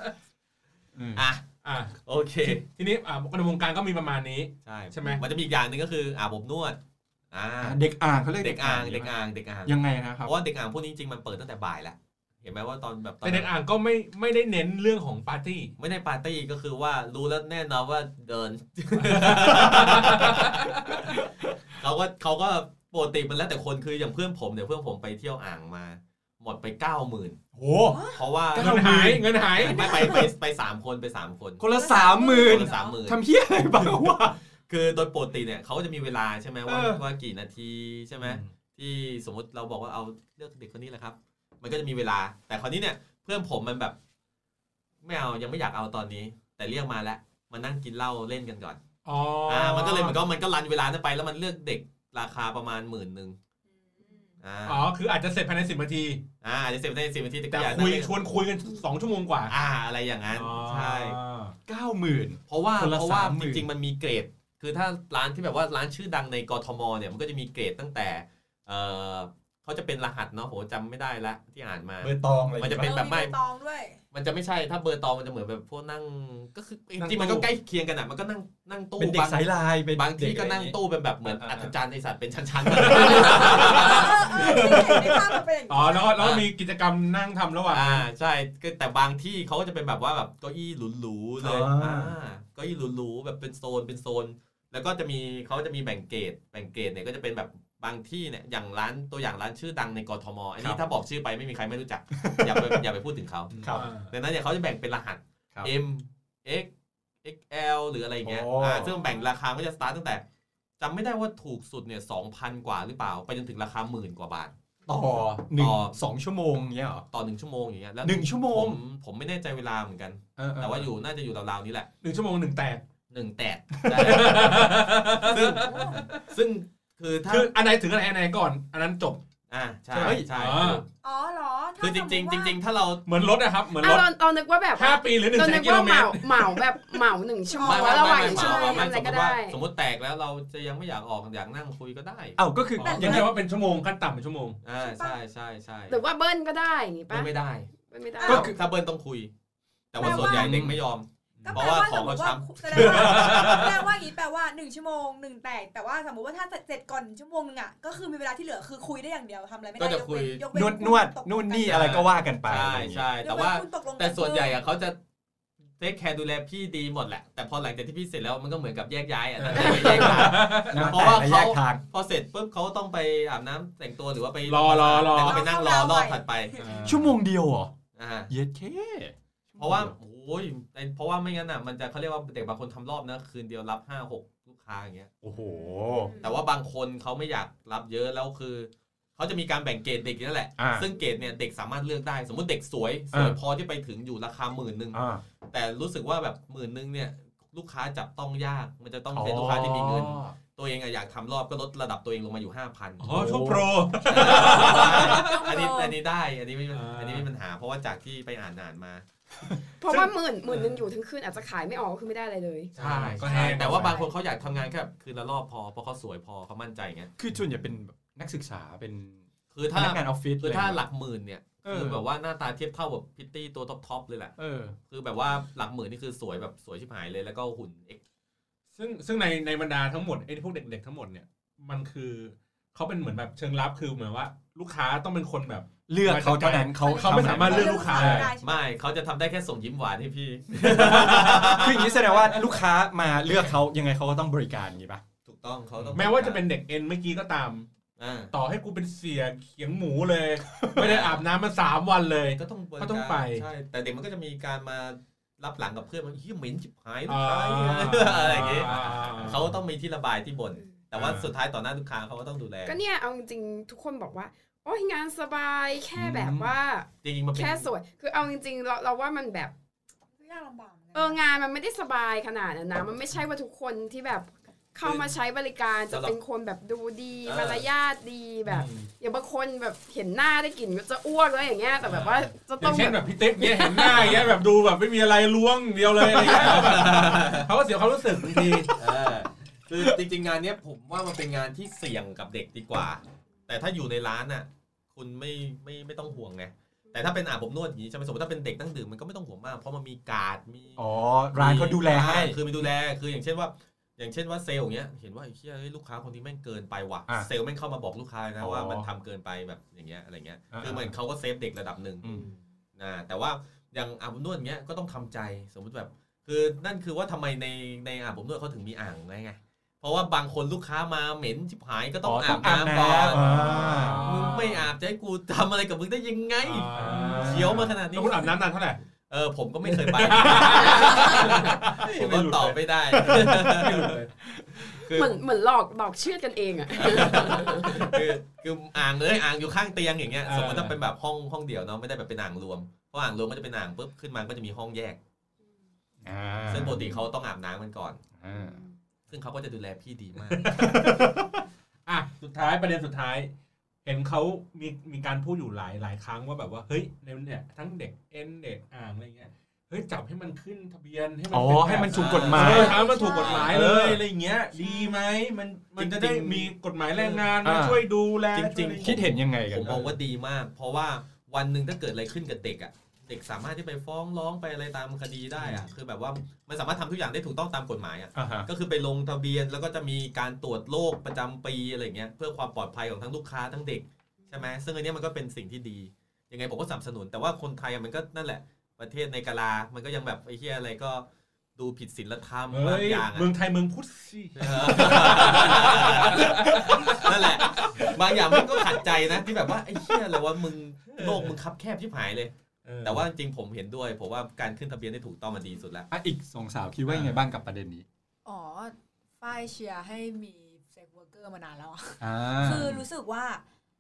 โอเคทีนี้ในวงการก็มีประมาณนี้ใช่ไหมมันจะมีอีกอย่างนึงก็คืออาบอบนวดเด็กอ่างเขาเรียกเด็กอ่างยังไงนะครับเพราะว่าเด็กอ่างพวกนี้จริงมันเปิดตั้งแต่บ่ายแล้วเห็นไหมว่าตอนแบบแต่เด็กอ่างก็ไม่ได้เน้นเรื่องของปาร์ตี้ไม่ได้ปาร์ตี้ก็คือว่ารู้แล้วแน่นอนว่าเดินเขาก็ปกติมันแล้วแต่คนคืออย่างเพื่อนผมเนี่ยเพื่อนผมไปเที่ยวอ่างมาหมดไป 90,000 โหเพราะว่าเงินหายไม่ไป3คนคนละ 30,000 ทำเหี้ยอะไรบ้างวะคือโดยปกติเนี่ยเขาจะมีเวลาใช่ไหมว่ากี่นาทีใช่ไหมที่สมมติเราบอกว่าเอาเลือกเด็กคนนี้แหละครับมันก็จะมีเวลาแต่คราวนี้เนี่ยเพื่อนผมมันแบบไม่เอายังไม่อยากเอาตอนนี้แต่เรียกมาแล้วมานั่งกินเหล้าเล่นกันก่อนมันก็เลยมันก็รันเวลานั้นไปแล้วมันเลือกเด็กราคาประมาณ10,000 คืออาจจะเสร็จภายใน10 นาทีอาจจะเสร็จภายใน10 นาทีแต่ชวนคุยกัน2 ชั่วโมงกว่าอะไรอย่างนั้นใช่ 90,000 เพราะว่าจริงๆมันมีเกรดคือถ้าร้านที่แบบว่าร้านชื่อดังในกทมเนี่ยมันก็จะมีเกรดตั้งแต่เขาจะเป็นรหัสเนาะผมจำไม่ได้ละที่อ่านมาเบอร์ตองอะไรมันจะเป็นแบบไม่ตองด้วยมันจะไม่ใช่ถ้าเบอร์ตองมันจะเหมือนแบบพวกนั่งก็คือจริงมันก็ใกล้เคียงกันอ่ะมันก็นั่งตู้เป็นเด็กสายลายบางที่ก็นั่งตู้เป็นแบบเหมือนอัศจรรย์ไอสัตว์เป็นชั้นๆอ๋อแล้วมีกิจกรรมนั่งทำระหว่างใช่แต่บางที่เขาก็จะเป็นแบบว่าแบบเก้าอี้หรูๆเลยเก้าอี้หรูๆแบบเป็นโซนแล้วก็เขาจะมีแบ่งเกรดเนี่ยก็จะเป็นแบบบางที่เนี่ยอย่างตัวอย่างร้านชื่อดังในกทมอันนี้ถ้าบอกชื่อไปไม่มีใครไม่รู้จักอย่าไปพูดถึงเขาดังนั้นเนี่ยเขาจะแบ่งเป็นรหัส M X XL หรืออะไรเงี้ยซึ่งแบ่งราคาก็จะสตาร์ทตั้งแต่จำไม่ได้ว่าถูกสุดเนี่ย 2,000 กว่าหรือเปล่าไปจนถึงราคา10,000 กว่าบาทต่อ2 ชั่วโมงเงี้ยหรอต่อ1 ชั่วโมงอย่างเงี้ยแล้ว 1 ชั่วโมงผมไม่แน่ใจเวลาเหมือนกันแต่ว่าน่าจะอยู่ราวๆนี้แหละ 1 ชั่วโมง1 แตกซึ่งคืออันไหนถึงอันไหนก่อนอันนั้นจบใช่อ๋อเหรอคือจริงถ้าเราเหมือนรถนะครับเหมือนรถเรานึกว่าแบบ 5 ปีหรือ100,000 กิโลเมตรเหมาแบบเหมา1 ชั่วโมงแล้วระหว่าง1 ชั่วโมงอะไรก็ได้สมมติแตกแล้วเราจะยังไม่อยากออกอยากนั่งคุยก็ได้ก็คือยังไงว่าเป็นชั่วโมงขั้นต่ำเป็นชั่วโมงใช่หรือว่าเบิ้ลก็ได้อย่างงี้ป่ะไม่ได้ก็คือถ้าเบิ้ลต้องคุยแต่ว่าส่วนใหญ่เด็กไม่ยอมเพราะว่าของเราช้ำแปลว่าอย่างนี้แปลว่า1 ชั่วโมง1 แตกแต่ว่าสมมติว่าถ้าเสร็จก่อน1 ชั่วโมงนึงอ่ะก็คือมีเวลาที่เหลือคือคุยได้อย่างเดียวทำอะไรไม่ได้ก็จะคุยนวดนู่นนี่อะไรก็ว่ากันไปใช่แต่ว่าแต่ส่วนใหญ่อ่ะเขาจะเทคแคร์ดูแลพี่ดีหมดแหละแต่พอหลังจากที่พี่เสร็จแล้วมันก็เหมือนกับแยกย้ายอ่ะนะแยกทางเพราะว่าเขาพอเสร็จปุ๊บเขาต้องไปอาบน้ำแต่งตัวหรือว่าไปรอแล้วก็ไปนั่งรอรอบถัดไปชั่วโมงเดียวเหรอเย็ดเคเพราะว่าเพราะว่าไม่งั้นอ่ะมันจะเขาเรียกว่าเด็กบางคนทำรอบนะคืนเดียวรับ 5-6 ลูกค้าอย่างเงี้ยโอ้โหแต่ว่าบางคนเขาไม่อยากรับเยอะแล้วคือเขาจะมีการแบ่งเกรดเด็กนั่นแหละซึ่งเกรดเนี่ยเด็กสามารถเลือกได้สมมติเด็กสวยพอที่ไปถึงอยู่ราคา10,000แต่รู้สึกว่าแบบ10,000เนี่ยลูกค้าจับต้องยากมันจะต้องเป็นลูกค้าที่มีเงินตัวเองอยากทำรอบก็ลดระดับตัวเองลงมาอยู่ 5,000 อ๋อทุกโปรอันนี้ได้อันนี้ไม่มีปัญหาเพราะว่าจากที่ไปอ่านมาเพราะว่าหมื่นนึงอยู่ทั้งคืนอาจจะขายไม่ออกคือไม่ได้อะไรเลยใช่แต่ว่าบางคนเขาอยากทำงานแค่คืนละรอบพอเพราะเขาสวยพอเขามั่นใจไงคือส่วนใหญ่เป็นนักศึกษาเป็นคือถ้าพนักงานออฟฟิศคือถ้าหลักหมื่นเนี่ยคือแบบว่าหน้าตาเทียบเท่ากับพิตตี้ตัวท็อปเลยแหละคือแบบว่าหลักหมื่นนี่คือสวยแบบสวยชิบหายเลยแล้วก็หุ่นเอ็กซึ่งในบรรดาทั้งหมดไอ้พวกเด็กๆทั้งหมดเนี่ยมันคือเขาเป็นเหมือนแบบเชิงลับคือเหมือนว่าลูกค้าต้องเป็นคนแบบเลือกเขาเท่านั้นเขาไม่สามารถเลือกลูกค้าไม่เขาจะทำได้แค่ส่งยิ้มหวานให้พี่คืออย่างนี้แสดงว่าลูกค้ามาเลือกเขายังไงเขาก็ต้องบริการอย่างนี้ป่ะถูกต้องเขาต้องแม้ว่าจะเป็นเด็กเอ็นเมื่อกี้ก็ตามต่อให้กูเป็นเสียเขียงหมูเลยไม่ได้อาบน้ำมา3 วันเลยก็ต้องไปใช่แต่เด็กมันก็จะมีการมารับหลังกับเพื่อนมันเฮี้ยเหม็นจิบหายลูกค้าอะไรอย่างงี้เขาต้องมีที่ระบายที่บ่นแต่ว่าสุดท้ายต่อหน้าลูกค้าเขาก็ต้องดูแลก็เนี่ยเอาจริงทุกคนบอกว่าโอ้ยงานสบายแค่แบบว่าจริงๆแค่สวยคือเอาจริงๆเราว่ามันแบบยากลำบากงานมันไม่ได้สบายขนาดนั้นนะมันไม่ใช่ว่าทุกคนที่แบบเข้ามาใช้บริการจะเป็นคนแบบดูดีมารยาทดีแบบอย่างบางคนแบบเห็นหน้าได้กลิ่นก็จะอ้วกแล้วอย่างเงี้ยแต่แบบว่าจะต้องเช่นแบบพี่เต๊กเนี่ยเห็นหน้าอย่างเงี้ยแบบดูแบบไม่มีอะไรล้วงเดียวเลยอะไรเงี้ยเขาก็เสียความรู้สึกบางทีคือจริงๆงานนี้ผมว่ามันเป็นงานที่เสี่ยงกับเด็กดีกว่าแต่ถ้าอยู่ในร้านน่ะคุณไม่ต้องห่วงไงแต่ถ้าเป็นอาบอบนวดอย่างนี้ใช่ไหมสมมติถ้าเป็นเด็กนั่งดื่มมันก็ไม่ต้องห่วงมากเพราะมันมีการ์ดมีร้านเขาดูแลให้คือมีดูแลคืออย่างเช่นว่าเซลล์อย่างเงี้ยเห็นว่าไอ้เหี้ยลูกค้าคนนี้แม่งเกินไปว่ะเซลล์แม่งเข้ามาบอกลูกค้านะว่ามันทำเกินไปแบบอย่างเงี้ยอะไรเงี้ยคือเหมือนเขาก็เซฟเด็กระดับหนึ่งแต่ว่าอย่างอาบอบนวดอย่างเงี้ยก็ต้องทำใจสมมติแบบคือนั่นคือว่าทำไมในอาบอบนวดเขาถึงมีอ่างไงเพราะว่าบางคนลูกค้ามาเหม็นชิบหายก็ต้องอาบน้ำก่อนมึงไม่อาบจะให้กูทำอะไรกับมึงได้ยังไงเขียวมาขนาดนี้คุณอาบน้ำนานเท่าไหร่ผมก็ไม่เคยไปผมก็ตอบไม่ได้เหมือนหลอกเชื่อกันเองอ่ะคืออ่างอยู่ข้างเตียงอย่างเงี้ยสมมติถ้าเป็นแบบห้องเดี่ยวเนาะไม่ได้แบบเป็นอ่างรวมเพราะอ่างรวมก็จะเป็นอ่างปุ๊บขึ้นมาก็จะมีห้องแยกซึ่งปกติเขาต้องอาบน้ำกันก่อนซึ่งเขาก็จะดูแลพี่ดีมากสุดท้ายประเด็นสุดท้ายเห็นเขามีการพูดอยู่หลายครั้งว่าแบบว่าเฮ้ยเนี่ยทั้งเด็กเอ็นเด็กอ่างอะไรเงี้ยเฮ้ยจับให้มันขึ้นทะเบียนให้มันถูกกฎหมายมันถูกกฎหมายเลยอะไรอย่างเงี้ยดีไหมมันจะได้มีกฎหมายแรงงานมาช่วยดูแลจริงๆคิดเห็นยังไงกันผมมองว่าดีมากเพราะว่าวันนึงถ้าเกิดอะไรขึ้นกับเด็กอ่ะเด็กสามารถที่ไปฟ้องร้องไปอะไรตามคดีได้อ่ะคือแบบว่ามันสามารถทำทุกอย่างได้ถูกต้องตามกฎหมายอ่ะก็คือไปลงทะเบียนแล้วก็จะมีการตรวจโรคประจำปีอะไรเงี้ยเพื่อความปลอดภัยของทั้งลูกค้าทั้งเด็กใช่ไหมซึ่งอันนี้มันก็เป็นสิ่งที่ดียังไงผมก็สนับสนุนแต่ว่าคนไทยมันก็นั่นแหละประเทศในกาลามันก็ยังแบบไอ้เหี้ยอะไรก็ดูผิดศีลธรรมบางอย่างเมืองไทยเมืองพุทธสินั่นแหละบางอย่างมันก็ขัดใจนะที่แบบว่าไอ้เหี้ยอะไรว่ามึงโลกมึงคับแคบชิบหายเลยแต่ว่าจริงผมเห็นด้วยผมว่าการขึ้นทะเบียนได้ถูกต้องมันดีสุดแล้วอีก2สาวคิดว่ายังไงบ้างกับประเด็นนี้ฝ้ายเชียร์ให้มีเซ็กเวิร์กเกอร์มานานแล้วคือรู้สึกว่า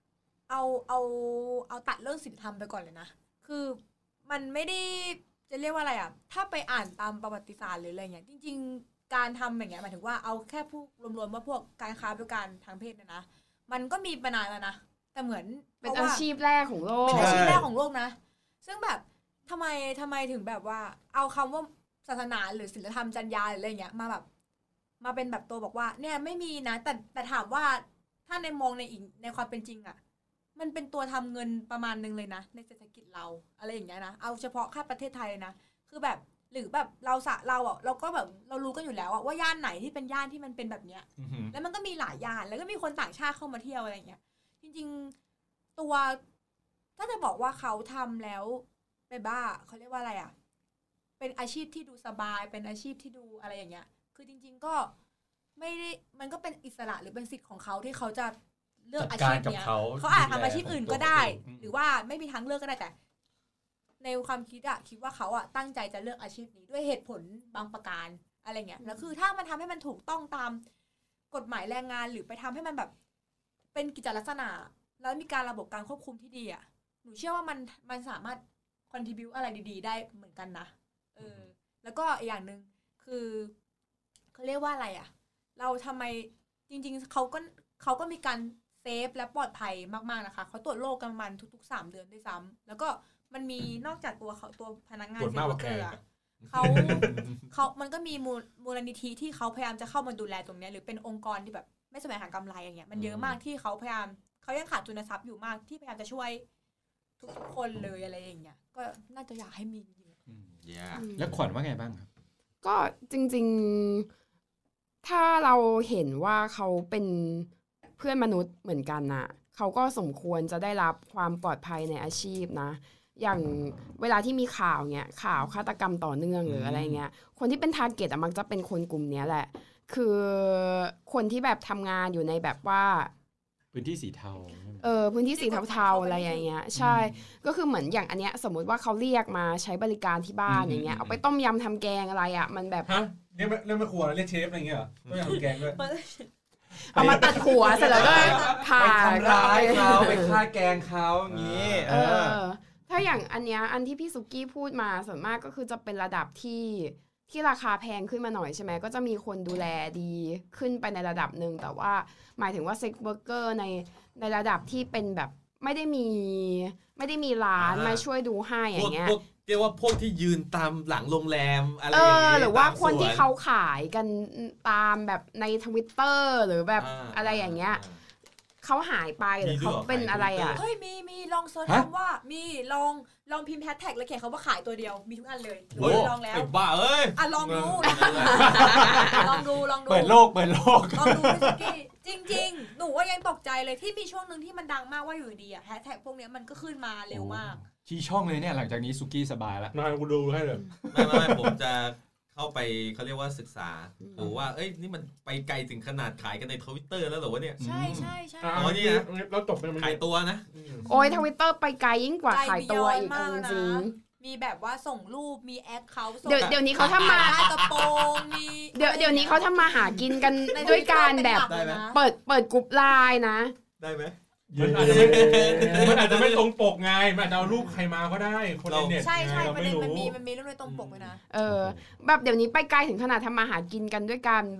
เอาตัดเรื่องศีลธรรมไปก่อนเลยนะคือมันไม่ได้จะเรียกว่าอะไรถ้าไปอ่านตามประวัติศาสตร์หรืออะไรเงี้ยจริงๆการทำอย่างเงี้ยหมายถึงว่าเอาแค่พูดรวมๆว่าพวกการค้าบริการทางเพศนะมันก็มีมานานแล้วนะแต่เหมือนเป็นอาชีพแรกของโลกเป็นอาชีพแรกของโลกนะซึ่งแบบทำไมถึงแบบว่าเอาคำว่าศาสนาหรือศีลธรรมจรรยาหรืออะไรเงี้ยมาแบบมาเป็นแบบตัวบอกว่าเนี่ยไม่มีนะแต่ถามว่าถ้าในมองในความเป็นจริงมันเป็นตัวทำเงินประมาณนึงเลยนะในเศรษฐกิจเราอะไรอย่างเงี้ยนะเอาเฉพาะแค่ประเทศไทยนะคือแบบหรือแบบเราก็แบบเรารู้กันอยู่แล้วว่าย่านไหนที่เป็นย่านที่มันเป็นแบบเนี้ยแล้วมันก็มีหลายย่านแล้วก็มีคนต่างชาติเข้ามาเที่ยวอะไรอย่างเงี้ยจริงๆตัวถ้าจะบอกว่าเขาทำแล้วไปบ้าเขาเรียกว่าอะไรเป็นอาชีพที่ดูสบายเป็นอาชีพที่ดูอะไรอย่างเงี้ยคือจริงๆก็ไม่ได้มันก็เป็นอิสระหรือเป็นสิทธิ์ของเขาที่เขาจะเลือกอาชีพเนี้ยเขาอาจทำอาชีพอื่นก็ได้หรือว่าไม่มีทางเลือกก็ได้แต่ในความคิดคิดว่าเขาตั้งใจจะเลือกอาชีพนี้ด้วยเหตุผลบางประการอะไรเงี้ยแล้วคือถ้ามันทำให้มันถูกต้องตามกฎหมายแรงงานหรือไปทำให้มันแบบเป็นกิจลักษณะแล้วมีการระบบการควบคุมที่ดีหนูเชื่อว่ามันสามารถcontribute อะไรดีๆได้เหมือนกันนะแล้วก็อีกอย่างนึงคือเขาเรียกว่าอะไรเราทำไมจริงๆเขาก็มีการเซฟและปลอดภัยมากๆนะคะเขาตรวจโรคกันมันทุกๆ3 เดือนด้วยซ้ำแล้วก็มันมีนอกจากตัวพนักงานเซ็นเตอร์เขามันก็มีมูลนิธิที่เขาพยายามจะเข้ามาดูแลตรงนี้หรือเป็นองค์กรที่แบบไม่แสวงหากำไรอย่างเงี้ยมันเยอะมากที่เขาพยายามเขายังขาดทุนทรัพย์อยู่มากที่พยายามจะช่วยทุกคนเลยอะไรอย่างเงี้ยก็น่าจะอยากให้มีจริงๆแล้วขวัญว่าไงบ้างครับก็จริงๆถ้าเราเห็นว่าเขาเป็นเพื่อนมนุษย์เหมือนกันนะเขาก็สมควรจะได้รับความปลอดภัยในอาชีพนะอย่างเวลาที่มีข่าวเงี้ยข่าวฆาตกรรมต่อเนื่องหรืออะไรเงี้ยคนที่เป็นทาร์เก็ตมักจะเป็นคนกลุ่มนี้แหละคือคนที่แบบทำงานอยู่ในแบบว่าพื้นที่สีเทาพื้นที่สีเทาๆอะไรอย่างเงี้ยใช่ก็คือเหมือนอย่างอันเนี้ยสมมุติว่าเขาเรียกมาใช้บริการที่บ้านอย่างเงี้ยเอาไปต้มยำทำแกงอะไรมันแบบเรียกมาครัวเรียกเชฟอะไรเงี้ยต้มยำทำแกงด้วยเอามาตัดหัวเสร็จแล้วก็ผ่าทำร้ายเขาไปฆ่าแกงเขาอย่างงี้ถ้าอย่างอันเนี้ยอันที่พี่สุกี้พูดมาส่วนมากก็คือจะเป็นระดับที่ราคาแพงขึ้นมาหน่อยใช่ไหมก็จะมีคนดูแลดีขึ้นไปในระดับนึงแต่ว่าหมายถึงว่าเซ็กเวิร์กเกอร์ในระดับที่เป็นแบบไม่ได้มีร้านมาช่วยดูให้อย่างเงี้ยเรียกว่าพวกที่ยืนตามหลังโรงแรมอะไรอย่างเงี้ยหรือว่าคนที่เขาขายกันตามแบบใน Twitter หรือแบบอะไรอย่างเงี้ยเขาหายไปหรือเขาเป็นอะไรเฮ้ยมีลองเซิร์ชคำว่ามีลองพิมพ์แฮชแท็กแล้วเขียนคำว่าขายตัวเดียวมีทุกอันเลยลองแล้วบ้าเอ้ยลองดูลองดูเปิดโลกลองดูจริงๆหนูว่ายังตกใจเลยที่มีช่วงนึงที่มันดังมากว่าอยู่ดีแฮชแท็กพวกนี้มันก็ขึ้นมาเร็วมากชี้ช่องเลยเนี่ยหลังจากนี้สุกี้สบายแล้วนายกูดูให้เลยไม่ผมจะเข้าไปเขาเรียกว่าศึกษาดูว่าเอ้ยนี่มันไปไกลถึงขนาดขายกันใน Twitter แล้วเหรอวะเนี่ยใช่อ๋อนี่นะเราจบไปขายตัวนะโอ้ย Twitter ไปไกลยิ่งกว่าขายตัวอีกจริงมีแบบว่าส่งรูปมีแอคเขาเดี๋ยวนี้เขาทำมากระโปรงมีเดี๋ยวนี้เขาทำมาหากินกันด้วยการแบบเปิดกลุ่มไลน์นะได้ไหมมันอาจจะไม่ตรงปกไงมันอาจจะเอารูปใครมาก็ได้คนในเน็ตใช่ประเด็นมันมีรูปในตรงปกเลยนะแบบเดี๋ยวนี้ไปไกลถึงขนาดทำมาหากินกันด้วยการแบบ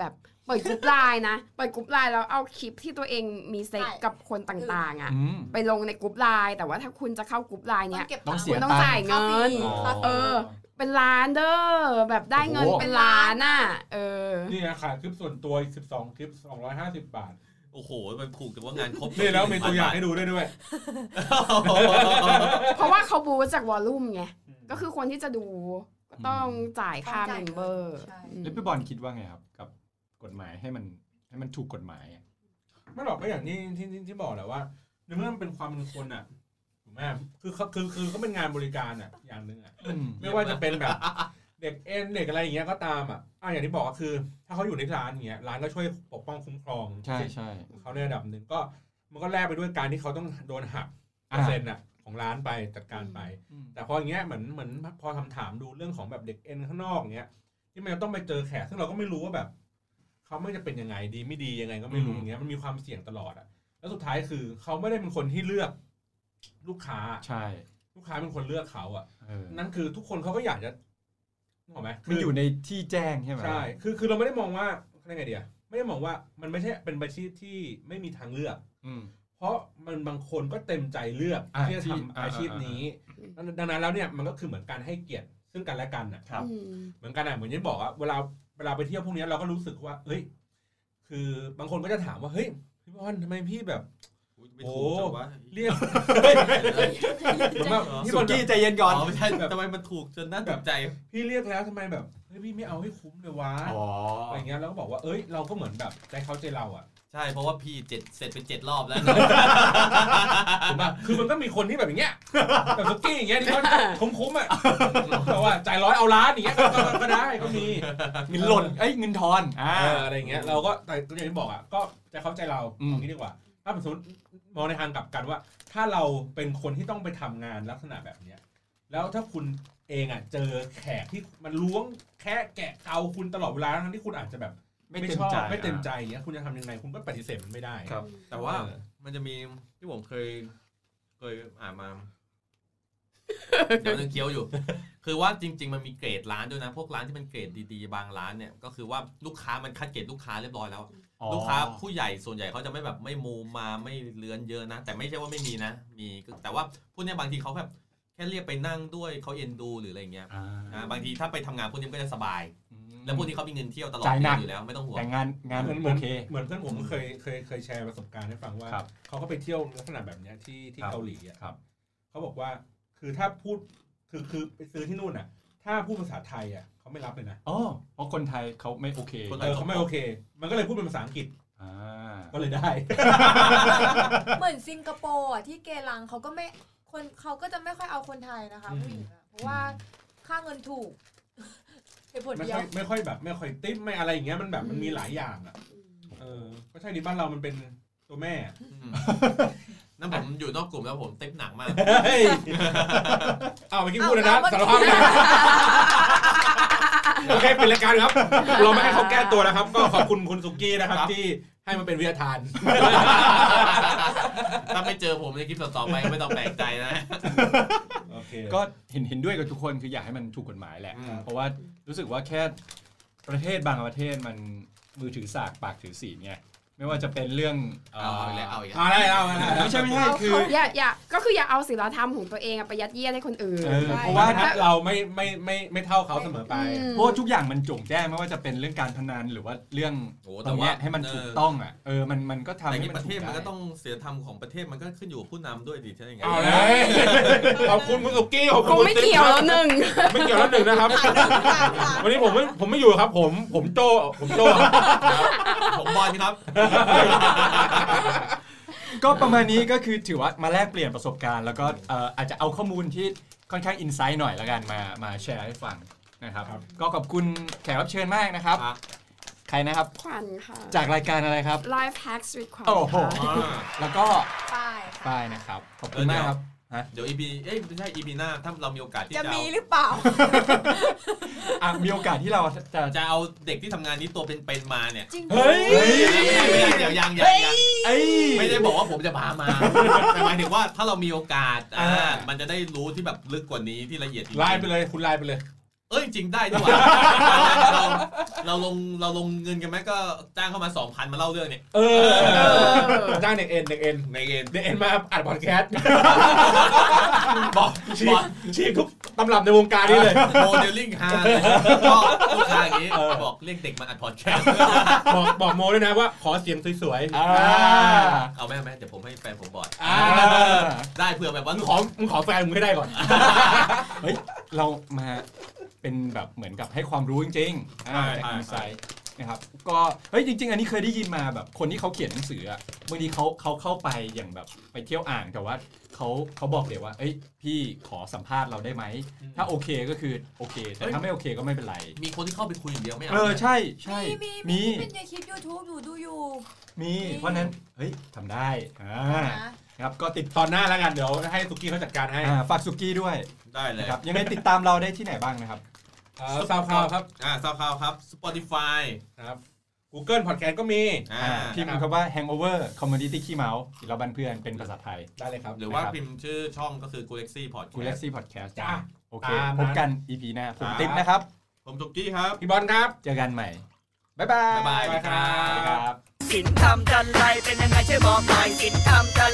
เปิดกรุ๊ปไลน์นะเปิดกรุ๊ปไลน์แล้วเอาคลิปที่ตัวเองมีเซ็กกับคนต่างๆอ่ะไปลงในกรุ๊ปไลน์แต่ว่าถ้าคุณจะเข้ากรุ๊ปไลน์เนี้ยคุณต้องจ่ายเงินเป็นล้านเด้อแบบได้เงินเป็นล้านน่ะนี่นะขายคลิปส่วนตัวอีก12คลิป250 บาทโอ้โหมันผูกแต่ว่างานครบนี่แล้วมีตัวอย่างให้ดูด้วยเพราะว่าเขาบูสต์จากวอลลุ่มไงก็คือคนที่จะดูก็ต้องจ่ายค่าเมมเบอร์แล้วพี่บอลคิดว่าไงครับกับกฎหมายให้มันถูกกฎหมายไม่หรอกก็อย่างที่บอกแหละว่าในเมื่อมันเป็นความเป็นคนอ่ะถูกไหมคือเขาเป็นงานบริการอ่ะอย่างนึงอ่ะไม่ว่าจะเป็นแบบเด็กเด็กอะไรอย่างเงี้ยก็ตามอ่ะอย่างที่บอกก็คือถ้าเขาอยู่ในร้านอย่างเงี้ยร้านก็ช่วยปกป้องคุ้มครองใช่เขาในระดับหนึ่งก็มันก็แลกไปด้วยการที่เขาต้องโดนหักเปอร์เซ็นต์อ่ะของร้านไปจัดการไปแต่พออย่างเงี้ยเหมือนพอถามดูเรื่องของแบบเด็กข้างนอกเงี้ยที่มันต้องไปเจอแขกซึ่งเราก็ไม่รู้ว่าแบบเขาไม่จะเป็นยังไงดีไม่ดียังไงก็ไม่รู้อย่างเงี้ยมันมีความเสี่ยงตลอดอ่ะแล้วสุดท้ายคือเขาไม่ได้เป็นคนที่เลือกลูกค้าใช่ลูกค้าเป็นคนเลือกเขาอ่ะนั่นคือทุกคนเขาก็อยากจะถูกไหมมันอยู่ในที่แจ้งใช่ไหมใช่คือเราไม่ได้มองว่าอะไรไงเดียไม่ได้มองว่ามันไม่ใช่เป็นอาชีพที่ไม่มีทางเลือกเพราะมันบางคนก็เต็มใจเลือกที่จะทำอาชีพนี้ดังนั้นแล้วเนี่ยมันก็คือเหมือนการให้เกียรติซึ่งกันและกันนะครับเหมือนกันเหมือนที่บอกว่าเวลาไปเที่ยวพวกนี้เราก็รู้สึกว่าเฮ้ยคือบางคนก็จะถามว่าเฮ้ยพี่บอลทำไมพี่แบบโอ้เรียกพี่บอลใจเย็นก่อนไม่ใช่ทำไมมันถูกจนน่าตกใจพี่เรียกแล้วทำไมแบบเฮ้ยพี่ไม่เอาให้คุ้มเลยวะอะไรเงี้ยแล้วก็บอกว่าเอ้ยเราก็เหมือนแบบใจเขาใจเราอ่ะใช่เพราะว่าพี่เสร็จไป7 รอบแล้วถูกป่ะคือมันก็มีคนที่แบบอย่างเงี้ยแบบซุกี้อย่างเงี้ยที่มันคุ้มๆอ่ะแต่ว่าจ่าย100เอาล้านอย่างเงี้ยก็ได้ก็มีเงินหล่นเงินทอนอะไรเงี้ยเราก็แต่อย่างที่บอกอ่ะก็ใจเขาใจเราอย่างนี้ดีกว่าถ้าสมมติมองในทางกลับกันว่าถ้าเราเป็นคนที่ต้องไปทำงานลักษณะแบบเนี้ยแล้วถ้าคุณเองอ่ะเจอแขกที่มันล้วงแค่แกะเอาคุณตลอดเวลาทั้งที่คุณอาจจะแบบไม่ชอบไม่เต็มใจอย่างเงี้ยคุณจะทำยังไงคุณก็ปฏิเสธมันไม่ได้ครับแต่ว่ามันจะมีที่ผมเคยอ่านมาเดี๋ยวนึงเคี้ยวอยู่คือว่าจริงๆมันมีเกรดร้านด้วยนะพวกร้านที่เป็นเกรดดีๆบางร้านเนี่ยก็คือว่าลูกค้ามันคัดเกรดลูกค้าเรียบร้อยแล้วลูกค้าผู้ใหญ่ส่วนใหญ่เขาจะไม่แบบไม่มูมาไม่เลื้อนเยอะนะแต่ไม่ใช่ว่าไม่มีนะมีแต่ว่าพวกนี้บางทีเขาแบบแค่เรียกไปนั่งด้วยเขาเอ็นดูหรืออะไรเงี้ยบางทีถ้าไปทำงานพวกนี้ก็จะสบายแล้วพวกนี้เขามีเงินเที่ยวตลอดอยู่แล้วไม่ต้องห่วงแต่งานเหมือนเพื่อนผมเคยแชร์ประสบการณ์ให้ฟังว่าเขาก็ไปเที่ยวลักษณะแบบนี้ที่เกาหลีอ่ะเขาบอกว่าคือถ้าพูดคือไปซื้อที่นู่นอ่ะถ้าพูดภาษาไทยอ่ะเขาไม่รับเลยนะเพราะคนไทยเขาไม่โอเคเขาไม่โอเคมันก็เลยพูดเป็นภาษาอังกฤษก็เลยได้เหมือนสิงคโปร์อ่ะที่เกลังเขาก็ไม่คนเขาก็จะไม่ค่อยเอาคนไทยนะคะผู้หญิงเพราะว่าค่าเงินถูกไม่ค่อยแบบไม่ค่อยติ๊บไม่อะไรอย่างเงี้ยมันแบบมันมีหลายอย่างอ่ะก็ใช่ดิบ้านเรามันเป็นตัวแม่นั่นผมอยู่นอกกลุ่มแล้วผมติ๊บหนักมากเอาเมื่อกี้พูดเลยนะสารภาพเลยโอเคเป็นรายการครับเราไม่ให้เขาแก้ตัวนะครับก็ขอบคุณคุณสุกี้นะครับที่ให้มันเป็นวิทยาทานถ้าไม่เจอผมในคลิปต่อไปไม่ต้องแปลกใจนะก็เห็นด้วยกับทุกคนคืออยากให้มันถูกกฎหมายแหละเพราะว่ารู้สึกว่าแค่ประเทศบางประเทศมันมือถือสากปากถือศีลไงไม่ว่าจะเป็นเรื่องเอาไม่ใช่คืออย่าก็คืออย่าเอาศีลธรรมของตัวเองไปยัดเยียดให้คนอื่นเพราะว่าเราไม่เท่าเขาเสมอไปเพราะทุกอย่างมันจงแจ้งไม่ว่าจะเป็นเรื่องการพนันหรือว่าเรื่องตรงนี้ให้มันถูกต้องอ่ะมันก็ทำให้ประเทศมันก็ต้องศีลธรรมของประเทศมันก็ขึ้นอยู่ผู้นำด้วยดิใช่ไหมขอบคุณคุณสุกี้ขอบคุณไม่เกี่ยวแล้วหนึ่งไม่เกี่ยวแล้วหนึ่งนะครับวันนี้ผมไม่อยู่ครับผมโจ้ผมบอลครับก็ประมาณนี้ก็คือถือว่ามาแลกเปลี่ยนประสบการณ์แล้วก็อาจจะเอาข้อมูลที่ค่อนข้างอินไซต์หน่อยแล้วกันมาแชร์ให้ฟังนะครับก็ขอบคุณแขกรับเชิญมากนะครับใครนะครับขวัญค่ะจากรายการอะไรครับ Life Hacks with ขวัญโอ้โหแล้วก็ป้ายนะครับขอบคุณมากครับเดี๋ยว EP ไม่ใช่ EP หน้าถ้าเรามีโอกาสที่จะมีหรือเปล่ามีโอกาสที่เราจะเอาเด็กที่ทำงานนี้ตัวเป็นๆมาเนี่ยเฮ้ยไม่ได้เดี๋ยวยังไม่ได้บอกว่าผมจะพามาแต่หมายถึงว่าถ้าเรามีโอกาสมันจะได้รู้ที่แบบลึกกว่านี้ที่ละเอียดไลน์ไปเลยคุณไลน์ไปเลยจริงได้ด้วยเราลงเงินกันไหมก็จ้างเข้ามา 2,000 มาเล่าเรื่องเนี่ยจ้างเด็กเอ็นมาอัดพอดแคสต์บอกชีพทุกตำรับในวงการนี้เลยโมเดลลิ่งฮาเลยก็ลูกค้าอย่างนี้บอกเรียกเด็กมาอัดพอดแคสต์บอกโมด้วยนะว่าขอเสียงสวยๆเอาแม่เดี๋ยวผมให้แฟนผมบอดได้เผื่อแบบว่ามึงขอแฟนมึงให้ได้ก่อนเฮ้ยเรามาเป็นแบบเหมือนกับให้ความรู้จริงๆจากอินไซต์นะครับก็เฮ้ยจริงๆอันนี้เคยได้ยินมาแบบคนที่เขาเขียนหนังสือบางทีเขาเข้าไปอย่างแบบไปเที่ยวอ่านแต่ว่าเขาบอกเดี๋ยวว่าเอ้ยพี่ขอสัมภาษณ์เราได้ไหมถ้าโอเคก็คือโอเคแต่ถ้าไม่โอเคก็ไม่เป็นไรมีคนที่เข้าไปคุยอย่างเดียวไม่เอาใช่มีเป็นในคลิป YouTube ดูอยู่มีเพราะนั้นเฮ้ยทำได้ครับก็ติดตอนหน้าแล้วกันเดี๋ยวให้สุกี้เขาจัดการให้ฝากสุกี้ด้วยได้เลยครับยังไงติดตามเราได้ที่ไหนบ้างนะครับซาวคลาวครับซาวคลาวครับ Spotify ครับ Google Podcast ก็มีพิมพ์คำว่า Hangover Community ขี้เมาแล้วบ้านเพื่อนเป็นภาษาไทยได้เลยครับหรือว่าพิมพ์ชื่อช่องก็คือ Galaxy Podcast จ้าโอเคพบกัน EP หน้าผมติ๊บนะครับผมตุกกี้ครับพี่บอลครับเจอกันใหม่บ๊ายบายครับศีลธรรมจันไรเป็นยังไงช่วยบอกหน่อยศีลธรรมจัน